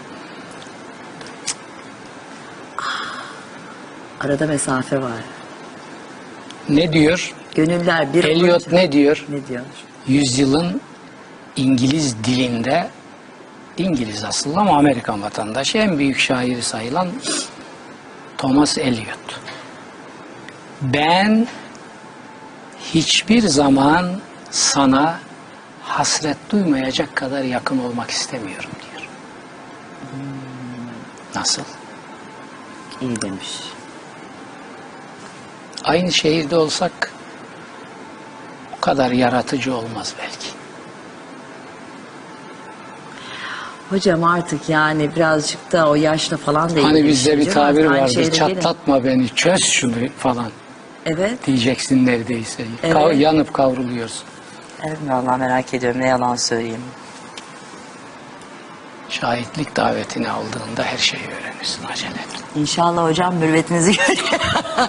Arada mesafe var. Ne diyor? Gönüller bir Eliot olunca- ne diyor? Ne diyor? Yüzyılın İngiliz dilinde, İngiliz aslında ama Amerikan vatandaşı, en büyük şairi sayılan Thomas Eliot. Ben hiçbir zaman sana hasret duymayacak kadar yakın olmak istemiyorum diyor. Nasıl? İyi demiş. aynı şehirde olsak bu kadar yaratıcı olmaz belki. Hocam artık yani birazcık da o yaşla falan da Hani ilgili bizde şey bir canım. tabir Aynı vardı, şehre gelin. çatlatma beni, çöz şunu falan Evet. diyeceksin neredeyse. Evet. Yanıp kavruluyorsun. Evet, vallahi merak ediyorum, ne yalan söyleyeyim. Şahitlik davetini aldığında her şeyi öğrenirsin, acele et. İnşallah hocam mürüvvetinizi görüyor.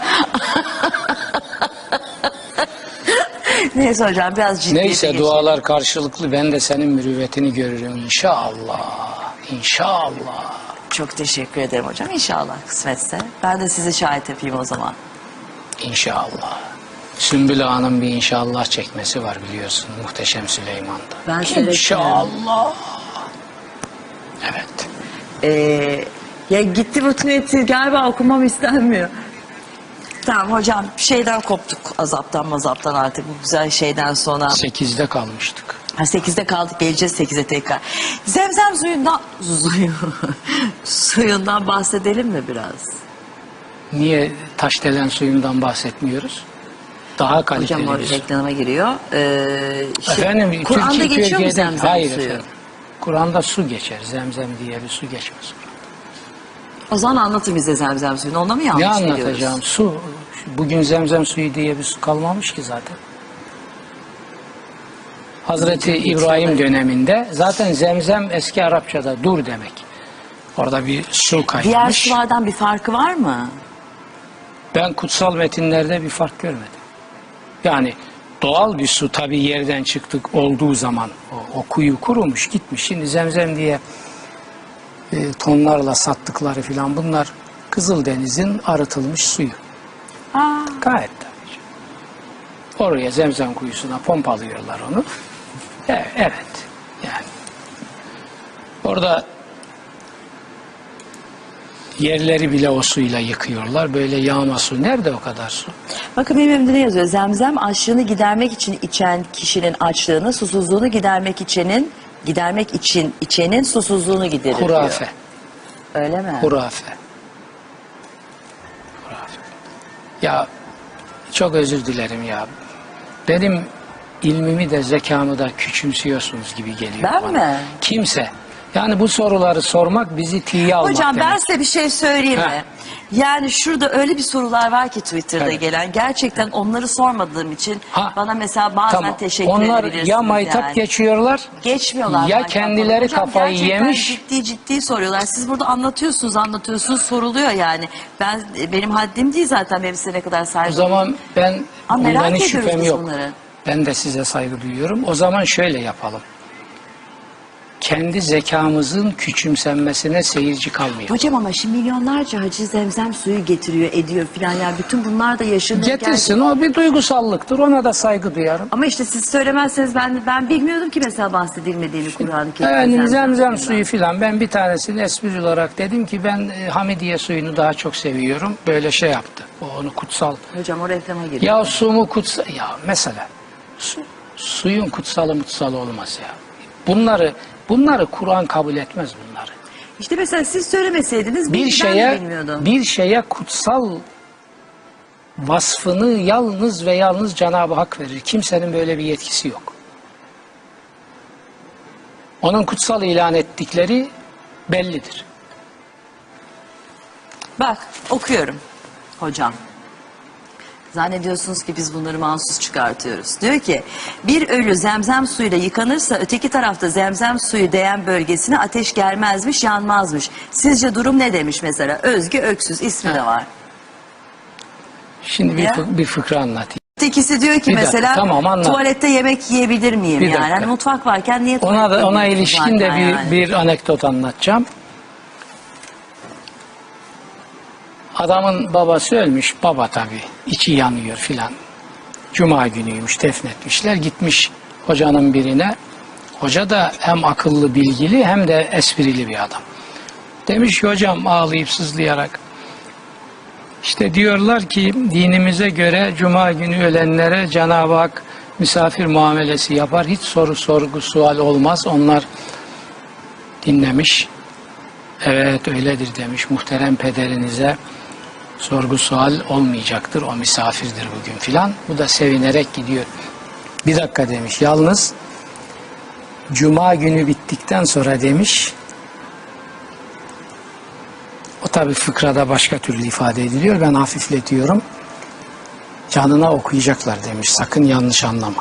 Neyse hocam, biraz ciddiyete Neyse, geçelim. dualar karşılıklı, ben de senin mürüvvetini görürüm inşallah. İnşallah. Çok teşekkür ederim hocam. İnşallah kısmetse. Ben de sizi şahit yapayım o zaman. İnşallah. Sümbül Ağa'nın bir inşallah çekmesi var biliyorsun, Muhteşem Süleyman'da. Ben seyrettim. İnşallah. Evet. Ya gitti bu tweet'i, galiba okumam istenmiyor. Tamam hocam, şeyden koptuk, azaptan artık bu güzel şeyden sonra. 8'de kalmıştık. Ha, 8'de kaldık, geleceğiz 8'e tekrar. Zemzem suyundan bahsedelim mi biraz? Niye taşdelen suyundan bahsetmiyoruz? Daha kaliteli Hocam o bir su. reklama giriyor. Efendim, Kur'an'da Türkiye- geçiyor mu Türkiye'de- zemzem Hayır suyu? efendim. Kur'an'da su geçer. Zemzem diye bir su geçmez. O zaman anlatın bize zemzem suyunu. Ona mı yanlış Ne biliyoruz? anlatacağım? Su. Bugün zemzem suyu diye bir su kalmamış ki zaten. Hazreti İbrahim döneminde zaten zemzem eski Arapçada dur demek. Orada bir su kaynamış. Diğer sulardan bir farkı var mı? Ben kutsal metinlerde bir fark görmedim. Yani doğal bir su tabii yerden çıktık olduğu zaman o kuyu kurumuş gitmiş. Şimdi zemzem diye tonlarla sattıkları filan bunlar Kızıldeniz'in arıtılmış suyu. Aa, Gayet tabii. Oraya zemzem kuyusuna pompalıyorlar onu. Evet. Yani orada yerleri bile o suyla yıkıyorlar. Böyle yağma su. Nerede o kadar su? bakın benim elimde ne yazıyor? Zemzem açlığını gidermek için içen kişinin açlığını, susuzluğunu gidermek için içenin susuzluğunu giderir Hurafe. diyor. Öyle mi? Hurafe. Ya çok özür dilerim ya. Benim ilmimi de zekamı da küçümsüyorsunuz gibi geliyor Ben bana. mi? Kimse. Yani bu soruları sormak bizi tiye almak Hocam ben demek. size bir şey söyleyeyim Ha. mi? Yani şurada öyle bir sorular var ki Twitter'da Evet. gelen. Gerçekten onları sormadığım için Ha. bana mesela bazen Tamam. teşekkür Onlar edebilirsiniz ya maytap yani. geçiyorlar Geçmiyorlar. ya maytap kendileri falan. Hocam kafayı gerçekten yemiş. ciddi soruyorlar. Siz burada anlatıyorsunuz soruluyor yani. Benim haddim değil zaten, benim size ne kadar O saygı zaman ben Ama bundan merak hiç ediyoruz şüphem biz yok. bunları. Ben de size saygı duyuyorum. O zaman şöyle yapalım. Kendi zekamızın küçümsenmesine seyirci kalmayalım. Hocam ama şimdi milyonlarca hacı zemzem suyu getiriyor, ediyor filan. Yani bütün bunlar da yaşanıyor. Getirsin, o bir duygusallıktır. Ona da saygı duyarım. Ama işte siz söylemezseniz ben bilmiyordum ki mesela bahsedilmediğini Kur'an-ı Kerim'de. Efendim zemzem suyundan. suyu filan, ben bir tanesini espri olarak dedim ki ben Hamidiye suyunu daha çok seviyorum. Böyle şey yaptı. O onu kutsal. Hocam o reklama giriyor. Ya su mu kutsal? Ya mesela suyun kutsalı olmaz ya. Bunları Kur'an kabul etmez bunları. İşte mesela siz söylemeseydiniz ben de bilmiyordum. Bir şeye kutsal vasfını yalnız ve yalnız Cenab-ı Hak verir. Kimsenin böyle bir yetkisi yok. Onun kutsal ilan ettikleri bellidir. Bak okuyorum hocam. Zannediyorsunuz ki biz bunları mahsus çıkartıyoruz. Diyor ki bir ölü zemzem suyuyla yıkanırsa öteki tarafta zemzem suyu değen bölgesine ateş gelmezmiş, yanmazmış. Sizce durum ne demiş mesela? Özge Öksüz ismi de var. Şimdi Ya. bir fıkra anlatayım. Ötekisi diyor ki Bir dakika, mesela tamam, anlat. tuvalette yemek yiyebilir miyim Bir yani? dakika. Hani mutfak varken niye Ona tuvalette da ona yiyorsun ilişkin de zaten yani? bir anekdot anlatacağım. Adamın babası ölmüş. Baba tabii. İçi yanıyor filan. Cuma günüymüş. Defnetmişler. Gitmiş hocanın birine. Hoca da hem akıllı, bilgili hem de esprili bir adam. Demiş ki hocam, ağlayıp sızlayarak, İşte diyorlar ki dinimize göre Cuma günü ölenlere Cenab-ı Hak misafir muamelesi yapar. Hiç sorgu sual olmaz. Onlar dinlemiş. Evet öyledir demiş. Muhterem pederinize Sorgu sual olmayacaktır. O misafirdir bugün filan. Bu da sevinerek gidiyor. Bir dakika demiş. Yalnız Cuma günü bittikten sonra demiş, o tabi fıkrada başka türlü ifade ediliyor. Ben hafifletiyorum. Canına okuyacaklar demiş. Sakın yanlış anlama.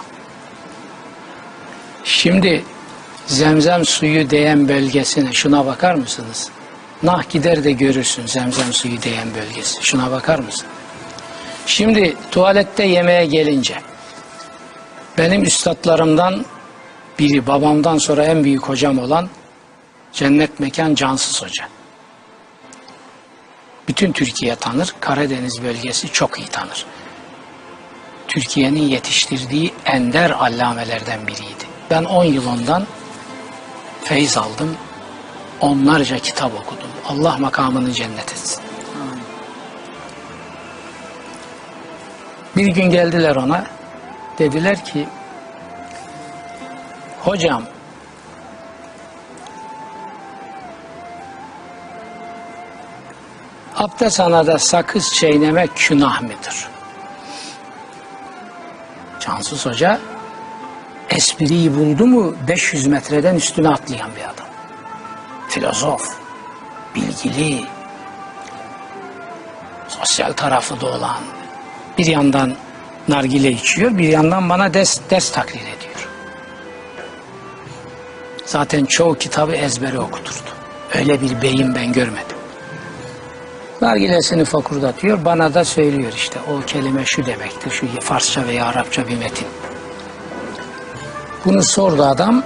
Şimdi zemzem suyu değen bölgesine şuna bakar mısınız? Nah gider de görürsün zemzem suyu değen bölgesi. Şuna bakar mısın? Şimdi tuvalette yemeğe gelince benim üstadlarımdan biri, babamdan sonra en büyük hocam olan Cennet Mekan Cansız Hoca. Bütün Türkiye tanır. Karadeniz bölgesi çok iyi tanır. Türkiye'nin yetiştirdiği ender allamelerden biriydi. Ben 10 yıl ondan feyiz aldım. Onlarca kitap okudum. Allah makamını cennet etsin. Bir gün geldiler ona. Dediler ki, hocam abdesthanada sakız çiğnemek günah mıdır? Cansız Hoca espriyi buldu mu 500 metreden üstüne atlayan bir adam. Filozof, bilgili, sosyal tarafı da olan, bir yandan nargile içiyor, bir yandan bana ders takrir ediyor. Zaten çoğu kitabı ezbere okuturdu. Öyle bir beyin ben görmedim. Nargilesini fokurdatıyor, bana da söylüyor işte o kelime şu demektir, şu Farsça veya Arapça bir metin. Bunu sordu adam,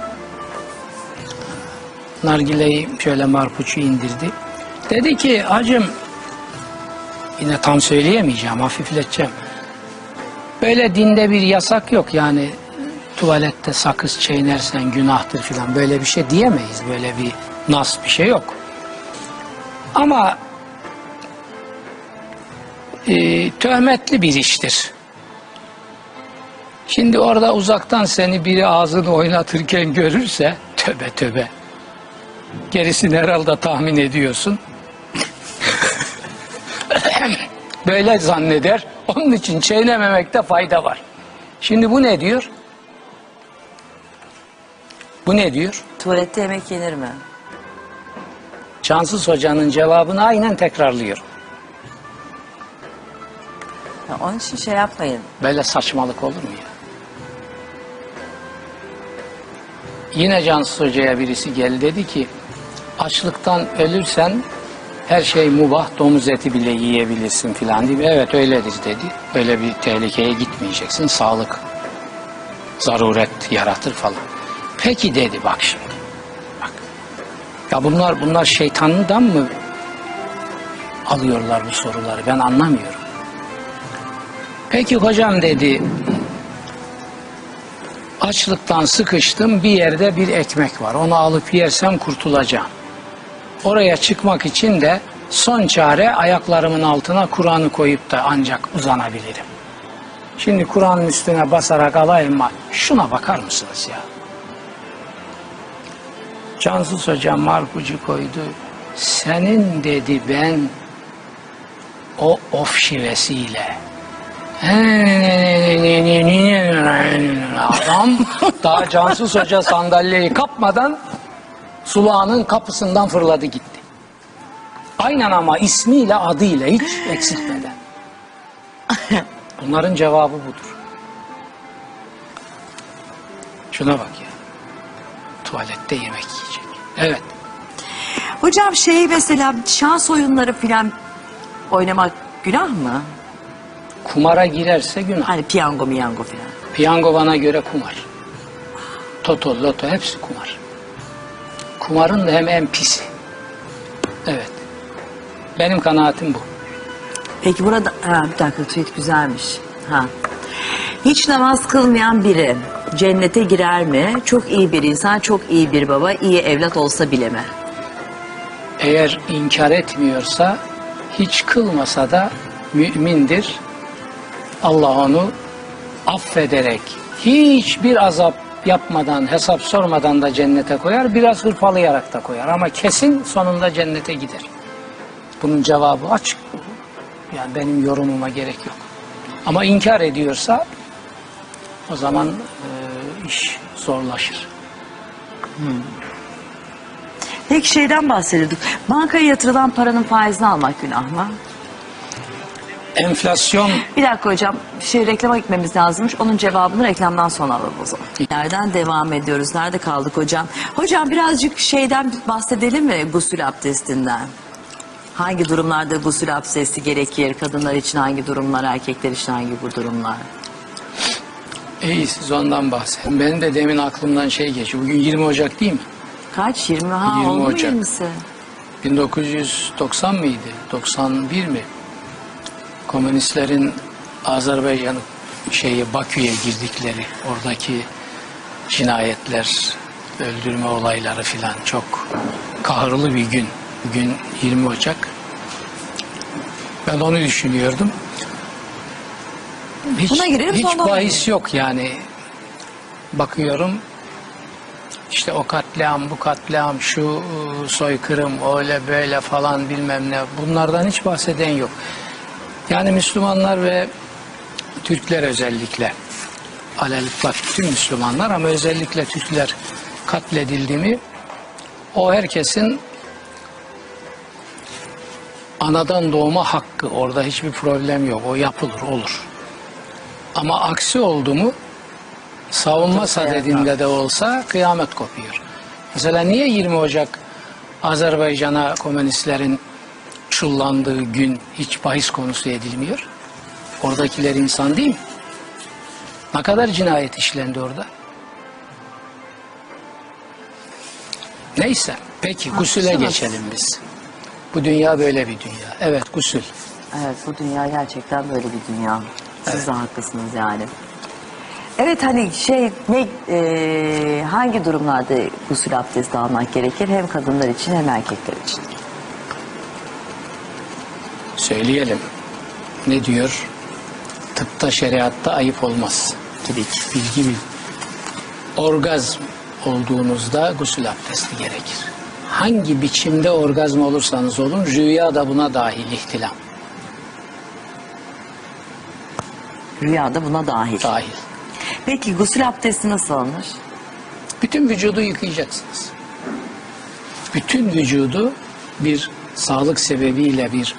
nargileyi şöyle marpuçu indirdi. Dedi ki hacım, yine tam söyleyemeyeceğim, hafifleteceğim. Böyle dinde bir yasak yok yani tuvalette sakız çiğnersen günahtır filan böyle bir şey diyemeyiz. Böyle bir nas bir şey yok. Ama töhmetli bir iştir. Şimdi orada uzaktan seni biri ağzını oynatırken görürse tövbe tövbe. Gerisini herhalde tahmin ediyorsun. Böyle zanneder. Onun için çiğnememekte fayda var. Şimdi bu ne diyor? Bu ne diyor? Tuvalette yemek yenir mi? Cansız Hoca'nın cevabını aynen tekrarlıyor. Ya onun için şey yapmayın. Böyle saçmalık olur mu ya? Yine Cansız Hoca'ya birisi geldi dedi ki açlıktan ölürsen her şey mubah, domuz eti bile yiyebilirsin filan diye. Evet öyledir dedi. Öyle bir tehlikeye gitmeyeceksin. Sağlık zaruret yaratır falan. Peki dedi bak şimdi. Bak. Ya bunlar şeytandan mı alıyorlar bu soruları? Ben anlamıyorum. Peki hocam dedi açlıktan sıkıştım bir yerde bir ekmek var. Onu alıp yersem kurtulacağım. Oraya çıkmak için de son çare ayaklarımın altına Kur'an'ı koyup da ancak uzanabilirim. Şimdi Kur'an'ın üstüne basarak alayım mı? Şuna bakar mısınız ya? Cansız Hoca marpucu koydu. Senin dedi ben o of şivesiyle adam daha Cansız Hoca sandalyeyi kapmadan sulağının kapısından fırladı gitti. Aynen ama ismiyle adıyla hiç eksiltmeden. Bunların cevabı budur. Şuna bak ya. Tuvalette yemek yiyecek. Evet. Hocam mesela şans oyunları filan oynamak günah mı? Kumara girerse günah. Hani piyango miyango filan. Piyango bana göre kumar. Toto, loto hepsi kumar. Kumarın da hem en pisi. Evet. Benim kanaatim bu. Peki burada bir dakika tweet güzelmiş. Hiç namaz kılmayan biri cennete girer mi? Çok iyi bir insan, çok iyi bir baba, iyi evlat olsa bile mi? Eğer inkar etmiyorsa hiç kılmasa da mümindir. Allah onu affederek hiçbir azap yapmadan, hesap sormadan da cennete koyar. Biraz hırpalayarak da koyar ama kesin sonunda cennete gider. Bunun cevabı açık. Yani benim yorumuma gerek yok. Ama inkar ediyorsa o zaman iş zorlaşır. Peki şeyden bahsediyorduk. Bankaya yatırılan paranın faizini almak günah mı? Enflasyon Bir dakika hocam, reklama gitmemiz lazımmış. Onun cevabını reklamdan sonra alalım o zaman. Nereden devam ediyoruz? Nerede kaldık hocam? Hocam birazcık şeyden bahsedelim mi, gusül abdestinden? Hangi durumlarda gusül abdesti gerekir? Kadınlar için hangi durumlar, erkekler için hangi bu durumlar? iyi, siz ondan bahsedin. Benim de demin aklımdan şey geçiyor. Bugün 20 Ocak değil mi? Kaç? 20? Ha, 20 oldu mu Ocak. 20'si? 1990 mıydı? 91 mi? Komünistlerin Azerbaycan'ı Bakü'ye girdikleri, oradaki cinayetler, öldürme olayları filan, çok kahırlı bir gün. Bugün 20 Ocak. Ben onu düşünüyordum. Buna girelim, Hiç sonra bahis yok yani. Bakıyorum işte o katliam, bu katliam, şu soykırım, öyle böyle falan bilmem ne. Bunlardan hiç bahseden yok. Yani Müslümanlar ve Türkler özellikle, alelütlak tüm Müslümanlar ama özellikle Türkler katledildi mi, o herkesin anadan doğma hakkı. Orada hiçbir problem yok. O yapılır, olur. Ama aksi oldu mu, savunma sadedinde de olsa kıyamet kopuyor. Mesela niye 20 Ocak Azerbaycan'a komünistlerin çullandığı gün hiç bahis konusu edilmiyor? Oradakiler insan değil mi? Ne kadar cinayet işlendi orada? Neyse, peki gusüle geçelim biz. Bu dünya böyle bir dünya. Evet, gusül. Evet, bu dünya gerçekten böyle bir dünya. Siz de haklısınız yani. Evet, hani hangi durumlarda gusül abdesti almak gerekir? Hem kadınlar için hem erkekler için. Söyleyelim. Ne diyor? Tıpta, şeriatta ayıp olmaz. Bilgi bil. Orgazm olduğunuzda gusül abdesti gerekir. Hangi biçimde orgazm olursanız olun, rüya da buna dahil, ihtilam. Rüya da buna dahil. Dahil. Peki gusül abdesti nasıl alınır? Bütün vücudu yıkayacaksınız. Bütün vücudu bir sağlık sebebiyle bir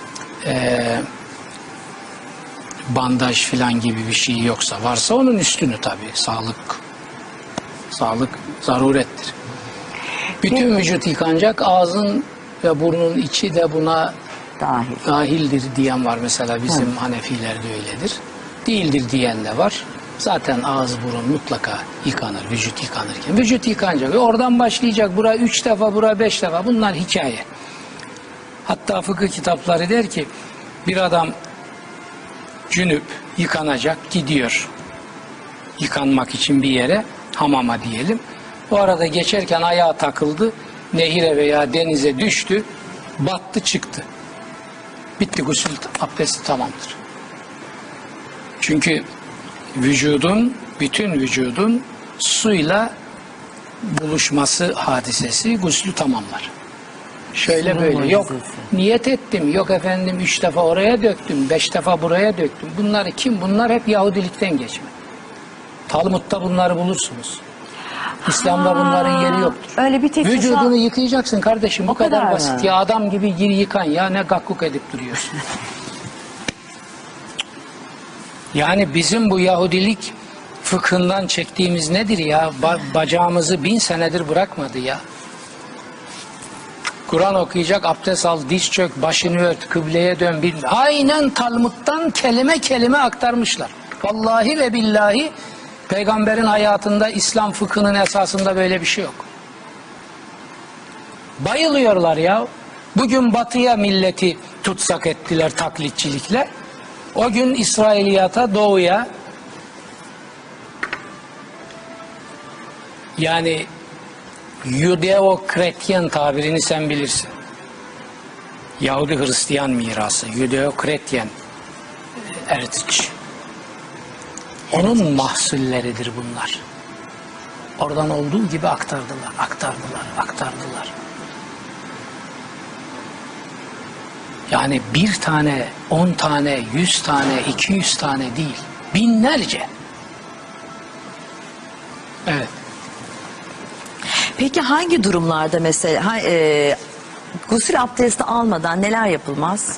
bandaj filan gibi bir şey yoksa, varsa onun üstünü tabii. Sağlık zarurettir. Bütün vücut yıkanacak, ağzın ve burnun içi de buna dahildir diyen var mesela, bizim Hanefilerde öyledir. Değildir diyen de var. Zaten ağız burun mutlaka yıkanır vücut yıkanırken. Vücut yıkanacak ve oradan başlayacak. Bura 3 defa, bura 5 defa. Bunlar hikaye. Hatta fıkıh kitapları der ki bir adam cünüp yıkanacak, gidiyor yıkanmak için bir yere, hamama diyelim. O arada geçerken ayağı takıldı, nehire veya denize düştü, battı çıktı. Bitti, gusül abdesti tamamdır. Çünkü bütün vücudun suyla buluşması hadisesi guslü tamamlar. Şöyle böyle, yok niyet ettim, yok efendim 3 defa oraya döktüm, 5 defa buraya döktüm. Bunlar kim? Bunlar hep Yahudilikten geçme. Talmud'da bunları bulursunuz. İslam'da bunların yeri yoktur. Öyle bir tek vücudunu yıkayacaksın kardeşim, bu kadar basit. Mi? Ya adam gibi gir yıkan ya, ne gakkuk edip duruyorsun. Yani bizim bu Yahudilik fıkhından çektiğimiz nedir ya? Bacağımızı 1000 senedir bırakmadı ya. Kur'an okuyacak, abdest al, diz çök, başını ört, kıbleye dön. Aynen Talmud'dan kelime kelime aktarmışlar. Vallahi ve billahi Peygamberin hayatında, İslam fıkhının esasında böyle bir şey yok. Bayılıyorlar ya. Bugün batıya milleti tutsak ettiler taklitçilikle. O gün İsrailiyata, doğuya, yani Judeo-Kretyen tabirini sen bilirsin. Yahudi Hristiyan mirası. Judeo-Kretyen Ertiç. Onun mahsulleridir bunlar. Oradan olduğu gibi aktardılar. Yani bir tane, 10 tane, 100 tane, 200 tane değil. Binlerce. Evet. Peki hangi durumlarda mesela gusül abdesti almadan neler yapılmaz?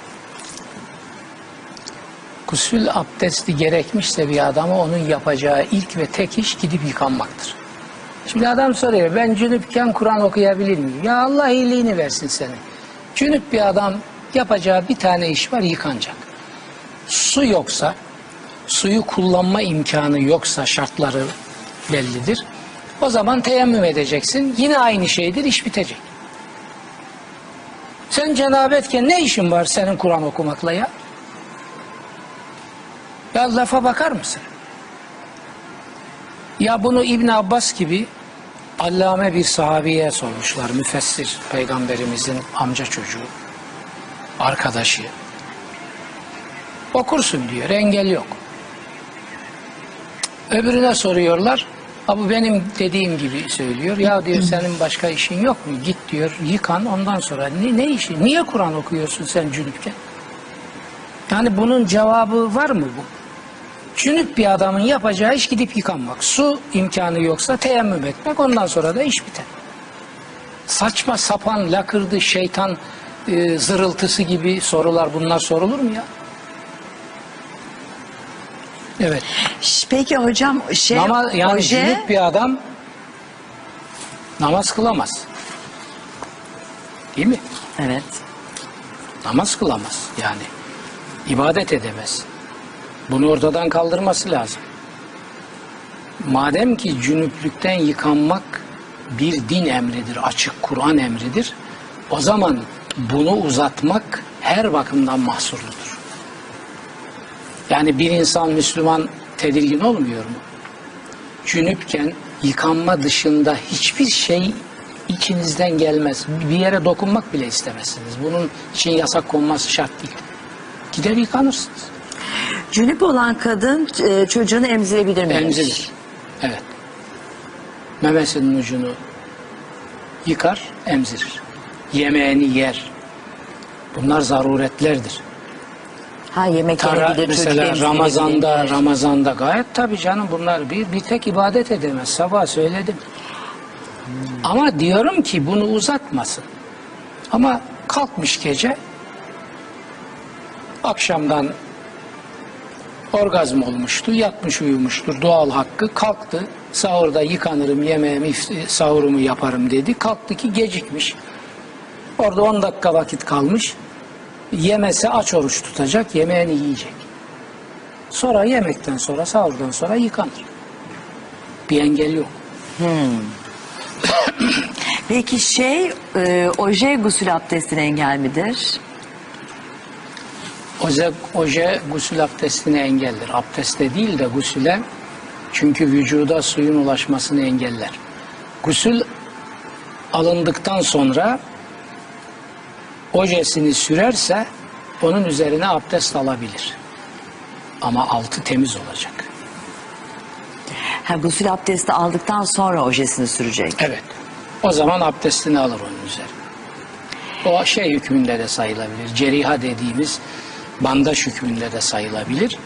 Gusül abdesti gerekmişse bir adama onun yapacağı ilk ve tek iş gidip yıkanmaktır. Şimdi adam soruyor, ben cünüpken Kur'an okuyabilir miyim? Ya Allah iyiliğini versin senin. Cünüp bir adam yapacağı bir tane iş var, yıkanacak. Su yoksa, suyu kullanma imkanı yoksa şartları bellidir. O zaman teyemmüm edeceksin. Yine aynı şeydir, iş bitecek. Sen cenabetken ne işin var senin Kur'an okumakla ya? Ya lafa bakar mısın? Ya bunu İbn Abbas gibi allame bir sahabiye sormuşlar. Müfessir, peygamberimizin amca çocuğu, arkadaşı. Okursun diyor, engel yok. Öbürüne soruyorlar. Bu benim dediğim gibi söylüyor. Ya diyor, senin başka işin yok mu? Git diyor, yıkan, ondan sonra. Ne işi? Niye Kur'an okuyorsun sen cünüpken? Yani bunun cevabı var mı bu? Cünüp bir adamın yapacağı iş gidip yıkanmak. Su imkanı yoksa teyemmüm etmek, ondan sonra da iş biter. Saçma sapan, lakırdı, şeytan zırıltısı gibi sorular, bunlar sorulur mu ya? Evet. Peki hocam Yani cünüp bir adam namaz kılamaz. Değil mi? Evet. Namaz kılamaz yani. İbadet edemez. Bunu ortadan kaldırması lazım. Madem ki cünüplükten yıkanmak bir din emridir, açık Kur'an emridir, o zaman bunu uzatmak her bakımdan mahsurludur. Yani bir insan, Müslüman, tedirgin olmuyor mu? Cünüpken yıkanma dışında hiçbir şey içinizden gelmez. Bir yere dokunmak bile istemezsiniz. Bunun için yasak konması şart değil. Gider yıkanırsınız. Cünüp olan kadın çocuğunu emzirebilir mi? Emzirir. Evet. Memesinin ucunu yıkar, emzirir. Yemeğini yer. Bunlar zaruretlerdir. Ha, yemek yenebilir, çocuk Mesela emzirebilir. Ramazan'da gayet tabii canım, bunlar bir tek ibadet edemez. Sabah söyledim. Ama diyorum ki bunu uzatmasın. Ama kalkmış gece, akşamdan orgazm olmuştu, yatmış uyumuştur, doğal hakkı, kalktı, sahurda yıkanırım, yemeğimi, sahurumu yaparım dedi, kalktı ki gecikmiş, orada 10 dakika vakit kalmış, yemese aç oruç tutacak, yemeğini yiyecek, sonra yemekten sonra, sahurdan sonra yıkanır, bir engel yok. Peki oje gusül abdestine engel midir? Oje gusül abdestine engeldir. Abdeste değil de gusüle, çünkü vücuda suyun ulaşmasını engeller. Gusül alındıktan sonra ojesini sürerse onun üzerine abdest alabilir. Ama altı temiz olacak. Ha, gusül abdesti aldıktan sonra ojesini sürecek. Evet. O zaman abdestini alır onun üzerine. O hükmünde de sayılabilir. Ceriha dediğimiz bandaj hükmünde de sayılabilir.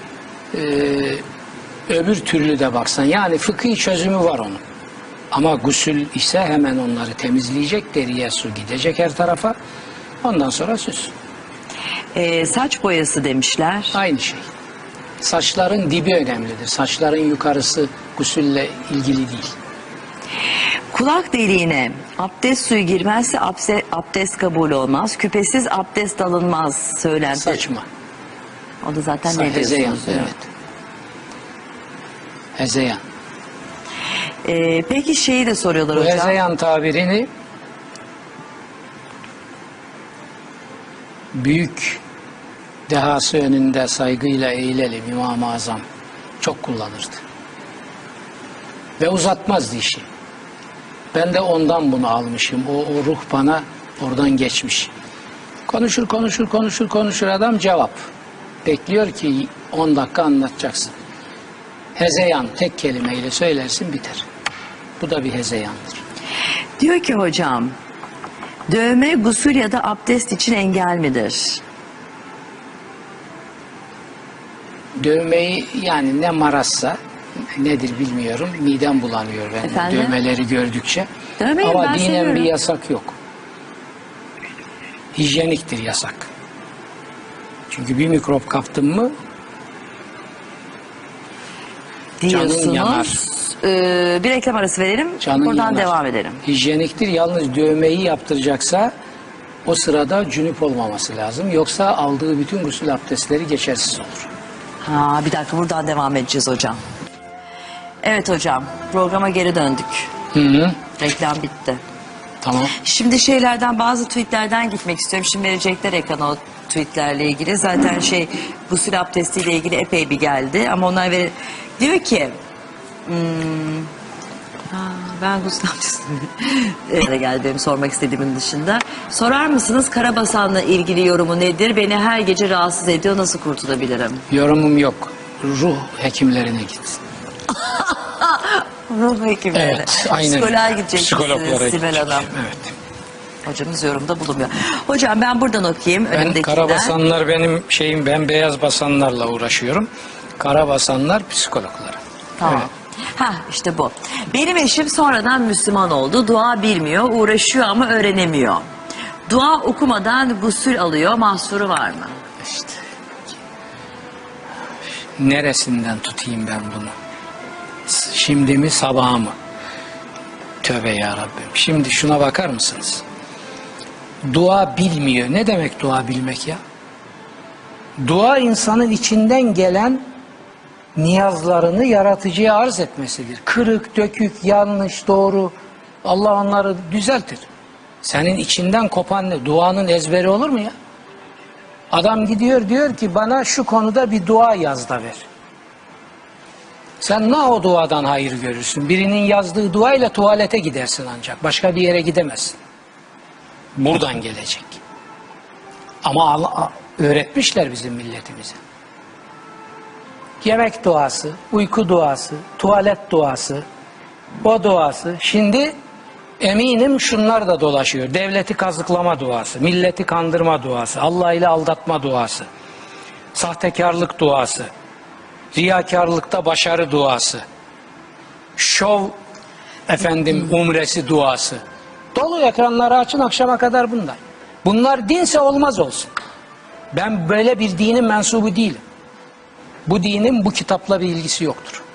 Öbür türlü de baksan, yani fıkhi çözümü var onun. Ama gusül ise hemen onları temizleyecek, deriye su gidecek her tarafa. Ondan sonra süs. Saç boyası demişler. Aynı şey. Saçların dibi önemlidir. Saçların yukarısı gusülle ilgili değil. Kulak deliğine abdest suyu girmezse abdest kabul olmaz. Küpesiz abdest alınmaz söylenti. Saçma. O da zaten ne Hezeyan, diyorsunuz diyor. evet. Hezeyan. Peki şeyi de soruyorlar Bu hocam. hezeyan tabirini büyük dehası önünde saygıyla eğilelim İmam-ı Azam çok kullanırdı. Ve uzatmazdı işi. Ben de ondan bunu almışım. O ruh bana oradan geçmiş. Konuşur adam, cevap. Bekliyor ki 10 dakika anlatacaksın. Hezeyan tek kelimeyle söylersin, biter. Bu da bir hezeyandır. Diyor ki hocam, Dövme gusül ya da abdest için engel midir? Dövmeyi yani ne marazsa nedir bilmiyorum. Midem bulanıyor ben Efendim? dövmeleri gördükçe. Dövmeyi Ama ben dinen seviyorum. bir yasak yok. Hijyeniktir yasak. Çünkü bir mikrop kaptın mı canın yanar. Bir reklam arası verelim. Canın Buradan yanar. devam edelim. Hijyeniktir. Yalnız dövmeyi yaptıracaksa o sırada cünüp olmaması lazım. Yoksa aldığı bütün gusül abdestleri geçersiz olur. Ha, bir dakika, buradan devam edeceğiz hocam. Evet hocam, programa geri döndük. Hı hı. Reklam bitti. Tamam. Şimdi bazı tweetlerden gitmek istiyorum. Şimdi verecekler ekrana o tweetlerle ilgili. Zaten gusül abdestiyle ilgili epey bir geldi. Ama onlar diyor ki ben gusül abdestini geldi benim sormak istediğimin dışında. Sorar mısınız Karabasan'la ilgili yorumu nedir? Beni her gece rahatsız ediyor. Nasıl kurtulabilirim? Yorumum yok. Ruh hekimlerine git. Ruh hekimlerine. Evet, aynen. Psikoloğa gideceksiniz Psikologlara Sibel gidecek. Hanım. Evet. Hocamız yorumda bulunmuyor. Hocam ben buradan okuyayım. Ben önümdekiler. karabasanlar benim şeyim, ben beyaz basanlarla uğraşıyorum. Karabasanlar psikologlar. Tamam. Evet. Ha işte bu. Benim eşim sonradan Müslüman oldu. Dua bilmiyor, uğraşıyor ama öğrenemiyor. Dua okumadan gusül alıyor. Mahsuru var mı? İşte. Neresinden tutayım ben bunu? Şimdi mi sabah mı? Tövbe ya Rabbim. Şimdi şuna bakar mısınız? Dua bilmiyor. Ne demek dua bilmek ya? Dua insanın içinden gelen niyazlarını yaratıcıya arz etmesidir. Kırık, dökük, yanlış, doğru. Allah onları düzeltir. Senin içinden kopan ne? Duanın ezberi olur mu ya? Adam gidiyor diyor ki bana şu konuda bir dua yaz da ver. Sen ne o duadan hayır görürsün? Birinin yazdığı duayla tuvalete gidersin ancak. Başka bir yere gidemezsin. Buradan gelecek. Ama Allah öğretmişler bizim milletimize. Yemek duası, uyku duası, tuvalet duası, o duası. Şimdi eminim şunlar da dolaşıyor. Devleti kazıklama duası, milleti kandırma duası, Allah ile aldatma duası, sahtekarlık duası, riyakarlıkta başarı duası, şov umresi duası. Dolu ekranları açın akşama kadar bunlar. Bunlar dinse olmaz olsun. Ben böyle bir dinin mensubu değilim. Bu dinin bu kitapla bir ilgisi yoktur.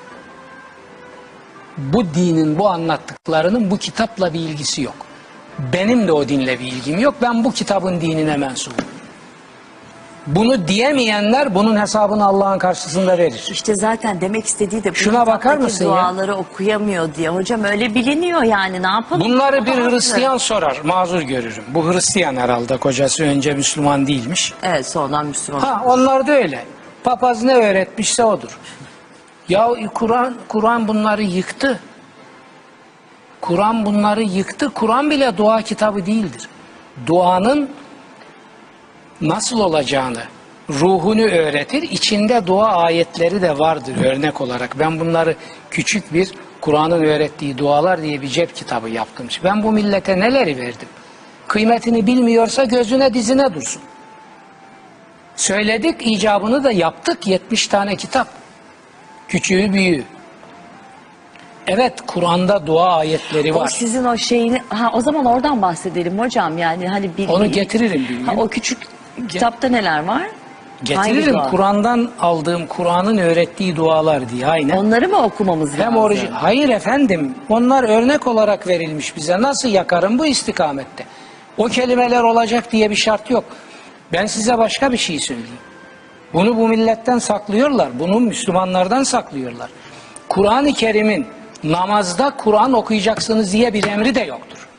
Bu dinin bu anlattıklarının bu kitapla bir ilgisi yok. Benim de o dinle bir ilgim yok. Ben bu kitabın dinine mensubum. Bunu diyemeyenler bunun hesabını Allah'ın karşısında verir. İşte zaten demek istediği de bu Şuna bakar kitaptaki mısın ya? duaları okuyamıyor diye. Hocam öyle biliniyor yani, ne yapalım? Bunları bir Haklı. Hristiyan sorar. Mazur görürüm. Bu Hristiyan herhalde. Kocası önce Müslüman değilmiş. Evet, sonradan Müslüman. Ha, onlar da öyle. Papaz ne öğretmişse odur. Ya Kur'an bunları yıktı. Kur'an bunları yıktı. Kur'an bile dua kitabı değildir. Duanın nasıl olacağını, ruhunu öğretir. İçinde dua ayetleri de vardır örnek olarak. Ben bunları küçük bir Kur'an'ın öğrettiği dualar diye bir cep kitabı yaptım. Ben bu millete neleri verdim? Kıymetini bilmiyorsa gözüne dizine dursun. Söyledik, icabını da yaptık. 70 tane kitap. Küçüğü büyüğü. Evet, Kur'an'da dua ayetleri O var. sizin o şeyini, o zaman oradan bahsedelim hocam. Yani hani Onu getiririm bir gün. o küçük kitapta neler var? Hangi Getiririm, dua? Kur'an'dan aldığım, Kur'an'ın öğrettiği dualar diye, aynen. Onları mı okumamız Hem lazım? Hayır efendim, onlar örnek olarak verilmiş bize. Nasıl yakarım bu istikamette? O kelimeler olacak diye bir şart yok. Ben size başka bir şey söyleyeyim. Bunu bu milletten saklıyorlar. Bunu Müslümanlardan saklıyorlar. Kur'an-ı Kerim'in namazda Kur'an okuyacaksınız diye bir emri de yoktur.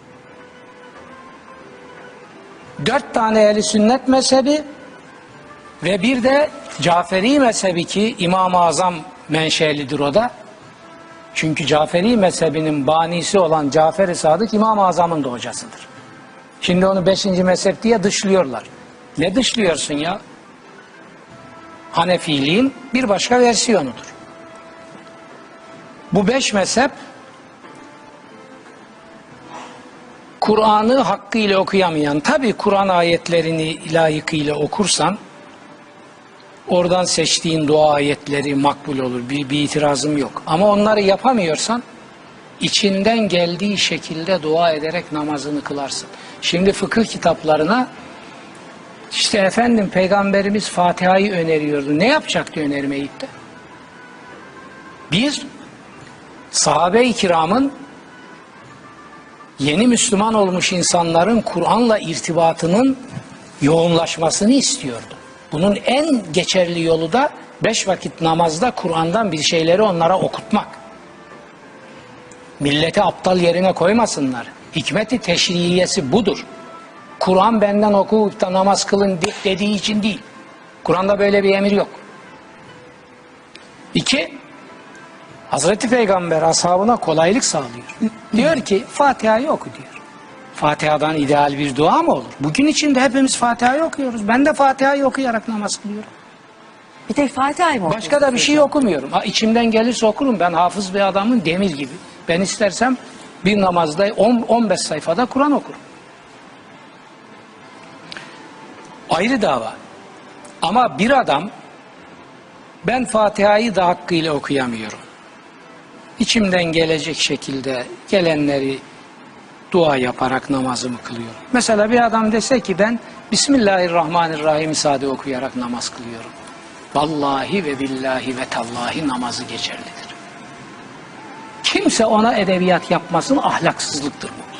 4 tane Ehl-i Sünnet mezhebi ve bir de Caferi mezhebi ki İmam-ı Azam menşelidir o da. Çünkü Caferi mezhebinin banisi olan Cafer-i Sadık İmam-ı Azam'ın da hocasıdır. Şimdi onu 5. mezhep diye dışlıyorlar. Ne dışlıyorsun ya? Hanefiliğin bir başka versiyonudur. Bu 5 mezhep Kur'an'ı hakkıyla okuyamayan, tabi Kur'an ayetlerini layıkıyla okursan, oradan seçtiğin dua ayetleri makbul olur. Bir itirazım yok. Ama onları yapamıyorsan, içinden geldiği şekilde dua ederek namazını kılarsın. Şimdi fıkıh kitaplarına, işte efendim Peygamberimiz Fatiha'yı öneriyordu. Ne yapacaktı önermeyip de? Bir, sahabe-i kiramın, yeni Müslüman olmuş insanların Kur'an'la irtibatının yoğunlaşmasını istiyordu. Bunun en geçerli yolu da 5 vakit namazda Kur'an'dan bir şeyleri onlara okutmak. Milleti aptal yerine koymasınlar. Hikmet-i teşriyesi budur. Kur'an benden okuyup da namaz kılın dediği için değil. Kur'an'da böyle bir emir yok. 2, Hazreti Peygamber ashabına kolaylık sağlıyor. Diyor ki Fatiha'yı oku diyor. Fatiha'dan ideal bir dua mı olur? Bugün içinde hepimiz Fatiha'yı okuyoruz. Ben de Fatiha'yı okuyarak namaz kılıyorum. Bir tek Fatiha'yı mı Başka da bir şey okumuyorum. Ha, içimden gelirse okurum. Ben hafız bir adamın, demir gibi. Ben istersem bir namazda 15 sayfada Kur'an okurum. Ayrı dava. Ama bir adam, ben Fatiha'yı da hakkıyla okuyamıyorum, İçimden gelecek şekilde gelenleri dua yaparak namazımı kılıyorum. Mesela bir adam dese ki ben Bismillahirrahmanirrahim sade okuyarak namaz kılıyorum. Vallahi ve billahi ve tallahi namazı geçerlidir. Kimse ona edebiyat yapmasın, ahlaksızlıktır bu.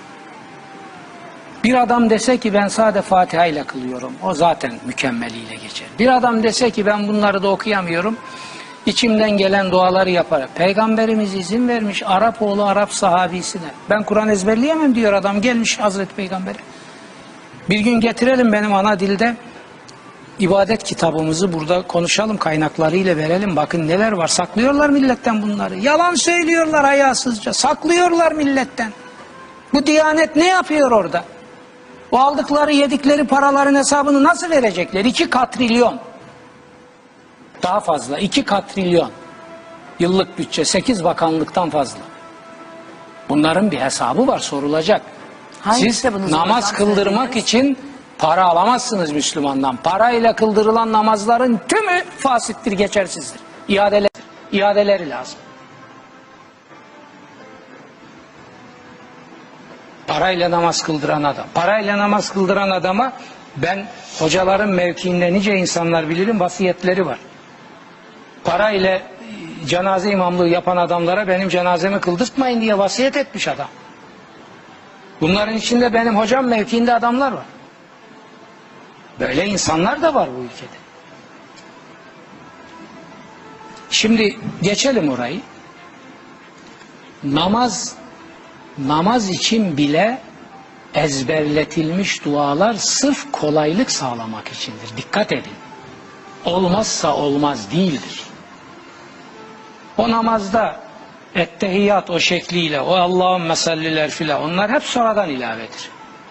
Bir adam dese ki ben sade Fatiha ile kılıyorum, o zaten mükemmeliyle geçer. Bir adam dese ki ben bunları da okuyamıyorum, İçimden gelen duaları yaparak. Peygamberimiz izin vermiş Arap oğlu Arap sahabisine. Ben Kur'an ezberleyemem diyor adam, gelmiş Hazreti Peygamber'e. Bir gün getirelim benim ana dilde ibadet kitabımızı, burada konuşalım, kaynaklarıyla verelim. Bakın neler var, saklıyorlar milletten bunları. Yalan söylüyorlar hayasızca, saklıyorlar milletten. Bu Diyanet ne yapıyor orada? O aldıkları yedikleri paraların hesabını nasıl verecekler? 2 katrilyon. Daha fazla, 2 katrilyon yıllık bütçe, 8 bakanlıktan fazla. Bunların bir hesabı var, sorulacak. Siz namaz kıldırmak için para alamazsınız Müslümandan. Parayla kıldırılan namazların tümü fasittir, geçersizdir. İadeleri lazım. Parayla namaz kıldıran adam. Parayla namaz kıldıran adama ben hocaların mevkiinde nice insanlar bilirim, vasiyetleri var. Parayla cenaze imamlığı yapan adamlara benim cenazemi kıldırtmayın diye vasiyet etmiş adam. Bunların içinde benim hocam mevkiinde adamlar var. Böyle insanlar da var bu ülkede. Şimdi geçelim orayı. Namaz için bile ezberletilmiş dualar sırf kolaylık sağlamak içindir. Dikkat edin. Olmazsa olmaz değildir. O namazda ettehiyyat o şekliyle, o Allahümme salliler filan, onlar hep sonradan ilavedir.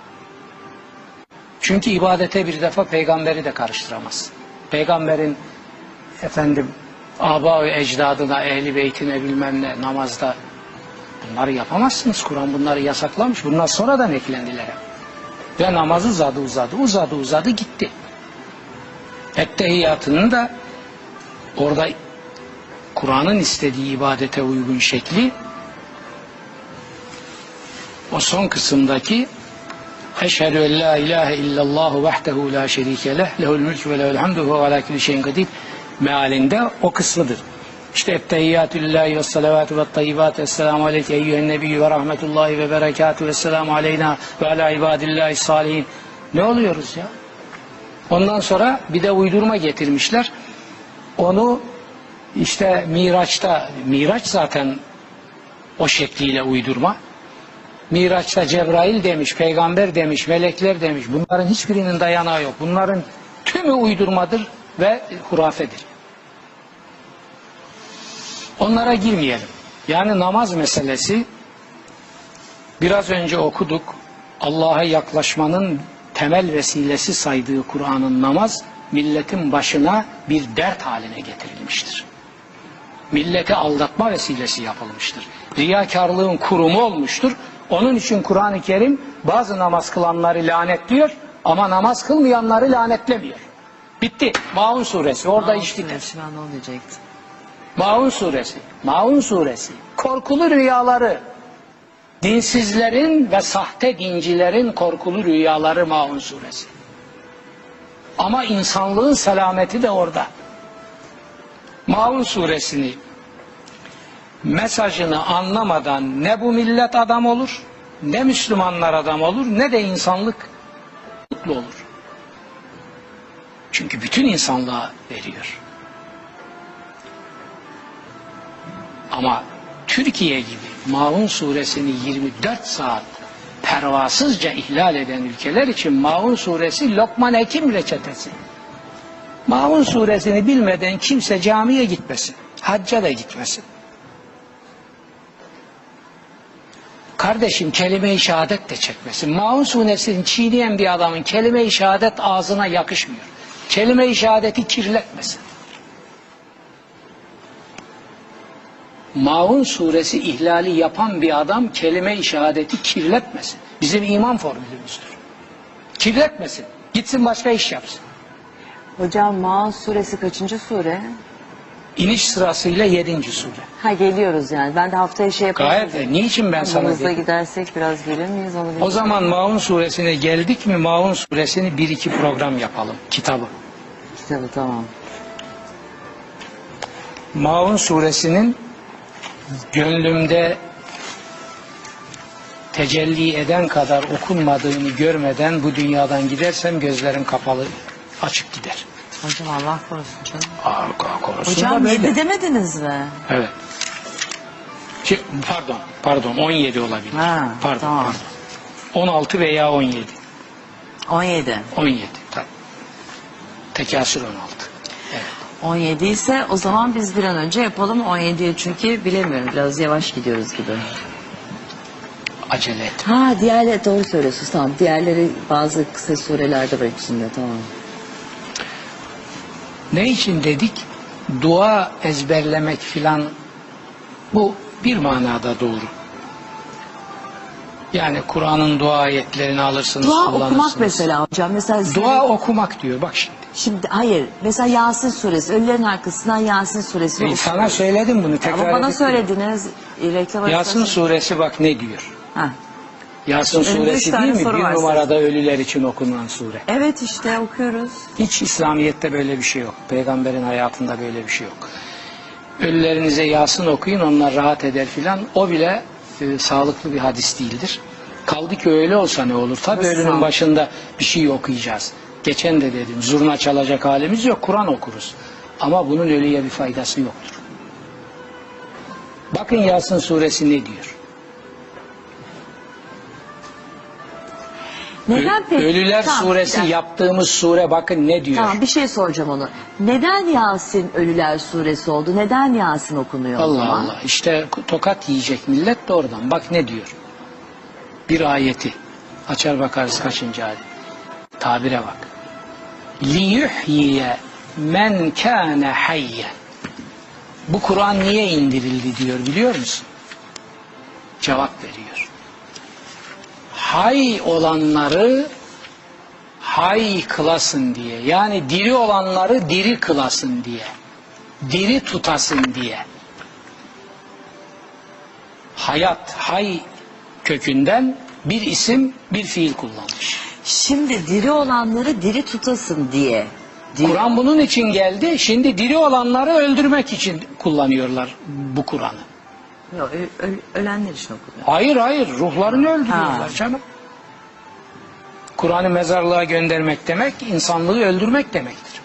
Çünkü ibadete bir defa peygamberi de karıştıramaz. Peygamberin âbâ-ı ecdadına, ehli beytine bilmem ne namazda bunları yapamazsınız. Kur'an bunları yasaklamış. Bunlar sonradan eklendiler. Ve namaz uzadı gitti. Ettehiyyatının da orada Kur'an'ın istediği ibadete uygun şekli o son kısımdaki Eşhedü en la ilahe illallahu vahdehu la şerike leh lehul mülk ve lehul hamdu ve ala kulli şeyin kadir mealinde o kısmıdır. İşte ettehiyyatü lillahi ve salavatü ve tayyibatü esselamu aleyke eyyühen nebiyyü ve rahmetullahi ve berekatü ve selamu aleyna ve ala ibadillahi salihin. Ne oluyoruz ya? Ondan sonra bir de uydurma getirmişler. Onu işte Miraç zaten o şekliyle uydurma. Miraç'ta Cebrail demiş, peygamber demiş, melekler demiş. Bunların hiçbirinin dayanağı yok. Bunların tümü uydurmadır ve hurafedir. Onlara girmeyelim. Yani namaz meselesi, biraz önce okuduk, Allah'a yaklaşmanın temel vesilesi saydığı Kur'an'ın namaz, milletin başına bir dert haline getirilmiştir. Milleti aldatma vesilesi yapılmıştır. Riyakarlığın kurumu olmuştur. Onun için Kur'an-ı Kerim bazı namaz kılanları lanetliyor ama namaz kılmayanları lanetlemiyor. Bitti. Maun suresi. Orada iş biter. Ben onu diyecektim. Maun suresi. Maun suresi. Korkulu rüyaları. Dinsizlerin ve sahte dincilerin korkulu rüyaları Maun suresi. Ama insanlığın selameti de orada. Maun suresini mesajını anlamadan ne bu millet adam olur, ne Müslümanlar adam olur, ne de insanlık mutlu olur. Çünkü bütün insanlığa veriyor. Ama Türkiye gibi Maun suresini 24 saat pervasızca ihlal eden ülkeler için Maun suresi Lokman Hekim reçetesi. Maun suresini bilmeden kimse camiye gitmesin, hacca da gitmesin. Kardeşim kelime-i şehadet de çekmesin. Maun suresini çiğneyen bir adamın kelime-i şehadet ağzına yakışmıyor. Kelime-i şehadeti kirletmesin. Maun suresi ihlali yapan bir adam kelime-i şehadeti kirletmesin. Bizim iman formülümüzdür. Kirletmesin. Gitsin başka iş yapsın. Hocam Maun suresi kaçıncı sure? İniş sırasıyla 7. sure. Ha geliyoruz yani. Ben de haftaya şey yapayım. Gayet de. Niçin ben sana Hızla dedim? gidersek biraz gelir miyiz? Onu O zaman Maun suresine geldik mi Maun suresini 1-2 program yapalım. Kitabı. kitabı tamam. Maun suresinin gönlümde tecelli eden kadar okunmadığını görmeden bu dünyadan gidersem gözlerim kapalı açık gider. Hocam Allah korusun canım. Korusun da Hocam böyle. 7 demediniz mi? Evet. Pardon 17 olabilir. Ha, pardon, tamam. pardon. 16 veya 17. 17. 17 tabii. Tekasür 16. Evet. 17 ise o zaman biz bir an önce yapalım 17'ye çünkü bilemiyorum biraz yavaş gidiyoruz gibi. Acele et. Ha diğerleri doğru söylüyorsunuz tamam. Diğerleri bazı kısa surelerde var içinde tamam. Ne için dedik? Dua ezberlemek filan bu bir manada doğru. Yani Kur'an'ın dua ayetlerini alırsınız, Dua kullanırsınız. okumak mesela hocam. Mesela Dua okumak diyor bak şimdi. Şimdi hayır. Mesela Yasin suresi. Ölülerin arkasından Yasin suresini Sana söyledim bunu tekrar Ama bana edip- söylediniz. Reklam Yasin arasında- suresi bak ne diyor. Ha. Yasin Önümde üç suresi tane değil mi? soru Bir var numarada ölüler için okunan sure. Evet işte okuyoruz. Hiç İslamiyet'te böyle bir şey yok. Peygamberin hayatında böyle bir şey yok. Ölülerinize Yasin okuyun onlar rahat eder filan. O bile sağlıklı bir hadis değildir. Kaldı ki öyle olsa ne olur? Tabii Nasıl? ölünün başında bir şey okuyacağız. Geçen de dedim zurna çalacak halimiz yok. Kur'an okuruz. Ama bunun ölüye bir faydası yoktur. Bakın Yasin suresi ne diyor? Neden peki? Ölüler Tamam, suresi bir dakika. yaptığımız sure bakın ne diyor? Tamam bir şey soracağım onu. Neden Yasin Ölüler suresi oldu? Neden Yasin okunuyor o Allah zaman? Allah. İşte tokat yiyecek millet de oradan. Bak ne diyor? Bir ayeti. Açar bakarız kaçıncı ayet. Tabire bak. لِيُحْيِيَ مَنْ كَانَ حَيًّا. Bu Kur'an niye indirildi diyor biliyor musun? Cevap veriyor. Hay olanları hay kılasın diye. Yani diri olanları diri kılasın diye. Diri tutasın diye. Hayat, hay kökünden bir isim, bir fiil kullanmış. Şimdi diri olanları diri tutasın diye. Kur'an bunun için geldi. Şimdi diri olanları öldürmek için kullanıyorlar bu Kur'an'ı. Yok, ölenler için okunuyor. Hayır, ruhlarını öldürüyorlar Ha. canım. Kur'an'ı mezarlığa göndermek demek, insanlığı öldürmek demektir.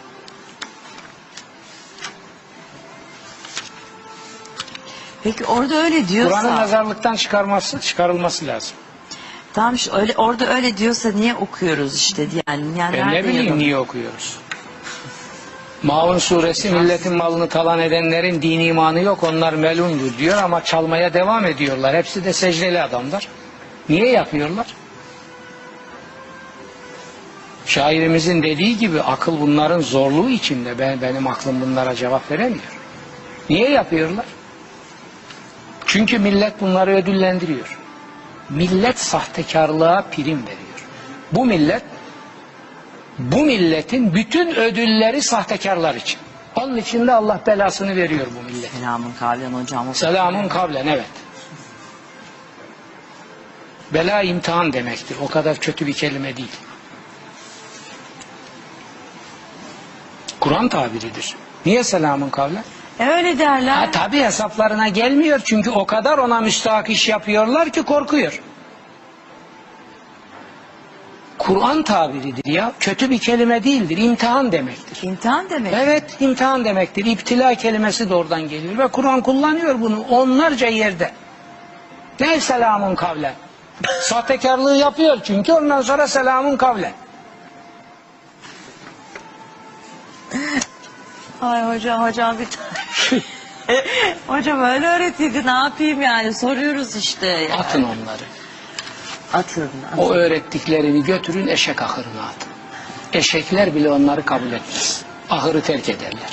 Peki orada öyle diyorsa. Kur'an'ın mezarlıktan çıkarılması lazım. Tamam işte öyle, orada öyle diyorsa niye okuyoruz işte yani Ben ne nerede bileyim yazılı? niye okuyoruz. Maun suresi milletin malını talan edenlerin dini imanı yok onlar melundur diyor ama çalmaya devam ediyorlar. Hepsi de secdeli adamlar. Niye yapıyorlar? Şairimizin dediği gibi akıl bunların zorluğu içinde. Benim aklım bunlara cevap veremiyor. Niye yapıyorlar? Çünkü millet bunları ödüllendiriyor. Millet sahtekarlığa prim veriyor. Bu milletin bütün ödülleri sahtekarlar için. Onun için de Allah belasını veriyor bu millet. Selamun kavlen hocam. Selamun kavlen, evet. Bela imtihan demektir. O kadar kötü bir kelime değil. Kur'an tabiridir. Niye selamun kavlen? Öyle derler. Ha, tabii hesaplarına gelmiyor çünkü o kadar ona müstahak iş yapıyorlar ki korkuyor. Kur'an tabiridir ya. Kötü bir kelime değildir. İmtihan demektir. İmtihan demek. Evet, imtihan demektir. İptila kelimesi de oradan geliyor ve Kur'an kullanıyor bunu onlarca yerde. Ne selamun kavlen? Sahtekarlığı yapıyor çünkü ondan sonra selamun kavlen. Ay hocam bir hocam öyle öğretildi, ne yapayım yani, soruyoruz işte. Atın onları. Atın. O öğrettiklerini götürün eşek ahırına atın. Eşekler bile onları kabul etmez. Ahırı terk ederler.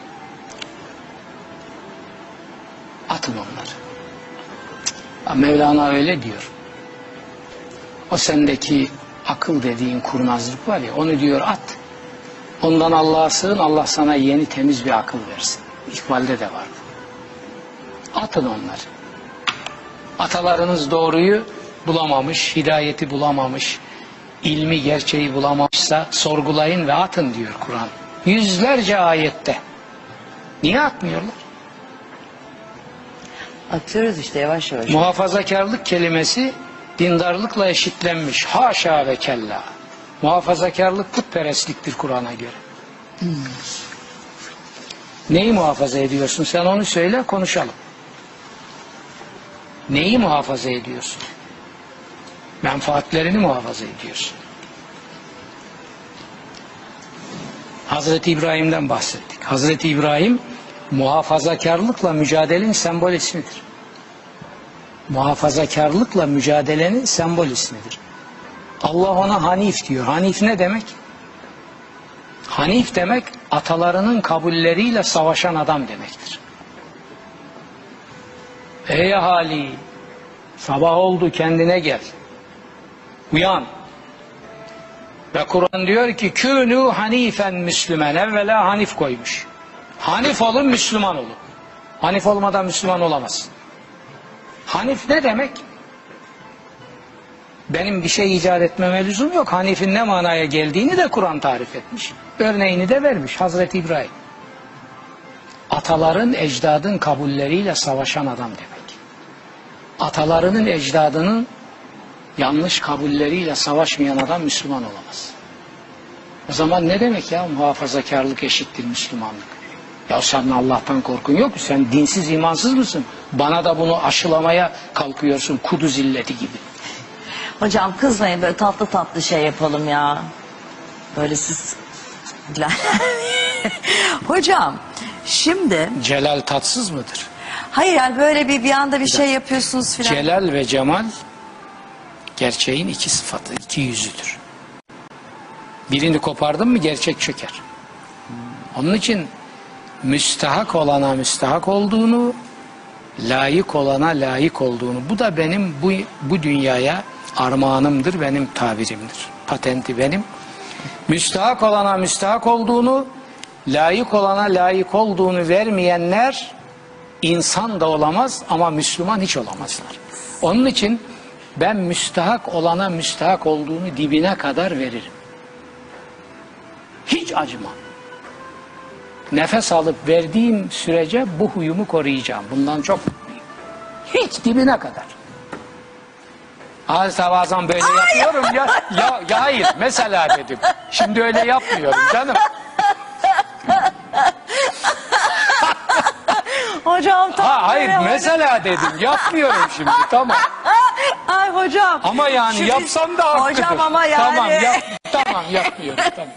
Atın onları. Mevlana öyle diyor. O sendeki akıl dediğin kurnazlık var ya, onu diyor at. Ondan Allah'a sığın, Allah sana yeni temiz bir akıl versin. İkbal'de de var. Atın onları. Atalarınız doğruyu bulamamış, hidayeti bulamamış, ilmi gerçeği bulamamışsa sorgulayın ve atın diyor Kur'an. Yüzlerce ayette. Niye atmıyorlar? Atıyoruz işte yavaş yavaş. Muhafazakarlık kelimesi dindarlıkla eşitlenmiş. Haşa ve kella. Muhafazakarlık putperestliktir Kur'an'a göre. Neyi muhafaza ediyorsun? Sen onu söyle, konuşalım. Neyi muhafaza ediyorsun? Menfaatlerini muhafaza ediyorsun. Hazreti İbrahim'den bahsettik. Hazreti İbrahim muhafazakarlıkla mücadelenin sembol ismidir. Muhafazakarlıkla mücadelenin sembol ismidir. Allah ona Hanif diyor. Hanif ne demek? Hanif demek atalarının kabulleriyle savaşan adam demektir. Ey ahali, sabah oldu, kendine gel. Uyan. Ve Kur'an diyor ki kûnû hanifen müslümen, evvela hanif koymuş. Hanif olun, Müslüman olun. Hanif olmadan Müslüman olamaz. Hanif ne demek? Benim bir şey icat etmeme lüzum yok. Hanif'in ne manaya geldiğini de Kur'an tarif etmiş. Örneğini de vermiş Hazreti İbrahim. Ataların, ecdadın kabulleriyle savaşan adam demek. Atalarının, ecdadının yanlış kabulleriyle savaşmayan adam Müslüman olamaz. O zaman ne demek ya muhafazakarlık eşittir Müslümanlık? Ya senin Allah'tan korkun yok mu? Sen dinsiz, imansız mısın? Bana da bunu aşılamaya kalkıyorsun kudu zilleti gibi. Hocam kızmayın, böyle tatlı tatlı şey yapalım ya. Böyle siz... Hocam şimdi... Celal tatsız mıdır? Hayır yani böyle bir anda bir şey yapıyorsunuz filan. Celal ve cemal gerçeğin iki sıfatı, iki yüzüdür. Birini kopardın mı gerçek çöker. Onun için müstahak olana müstahak olduğunu, layık olana layık olduğunu, bu da benim bu dünyaya armağanımdır, benim tabirimdir. Patenti benim. Müstahak olana müstahak olduğunu, layık olana layık olduğunu vermeyenler insan da olamaz ama Müslüman hiç olamazlar. Onun için ben müstahak olana müstahak olduğunu dibine kadar veririm. Hiç acımam. Nefes alıp verdiğim sürece bu huyumu koruyacağım. Bundan çok mutluyum. Hiç dibine kadar. Bazen böyle yapıyorum ya hayır mesela dedim. Şimdi öyle yapmıyorum canım. Hocam tamam. Hayır mesela dedim yapmıyorum şimdi tamam. Ay hocam. Ama yani Şimdi, yapsam da hakkıdır. Hocam ama yani. Tamam yapmıyorum tamam.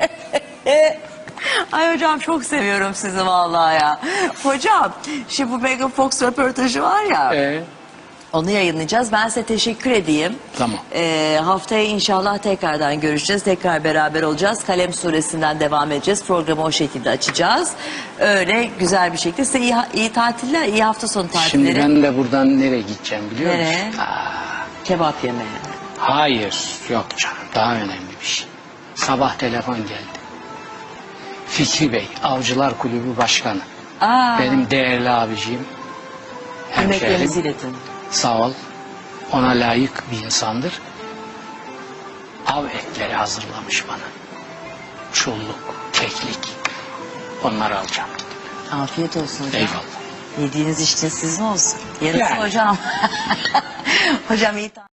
Ay hocam çok seviyorum sizi vallahi ya. Hocam şimdi bu Megan Fox röportajı var ya. Onu yayınlayacağız. Ben size teşekkür edeyim. Tamam. Haftaya inşallah tekrardan görüşeceğiz. Tekrar beraber olacağız. Kalem suresinden devam edeceğiz. Programı o şekilde açacağız. Öyle güzel bir şekilde. Size iyi tatiller, iyi hafta sonu tatilleri. Şimdi ben de buradan nereye gideceğim biliyor musun? Nereye? Kebap yemeye. Hayır, yok canım, daha önemli bir şey. Sabah telefon geldi. Fikri Bey, Avcılar Kulübü Başkanı. Aa, Benim değerli abiciğim, yemeklerinizi hemşehrim. iletin. Sağ ol, ona layık bir insandır. Av etleri hazırlamış bana. Çulluk, keklik. Onları alacağım. Afiyet olsun hocam. Eyvallah. Yediğiniz içtiğiniz sizin olsun. Yarısı Yani. hocam. Hocam iyi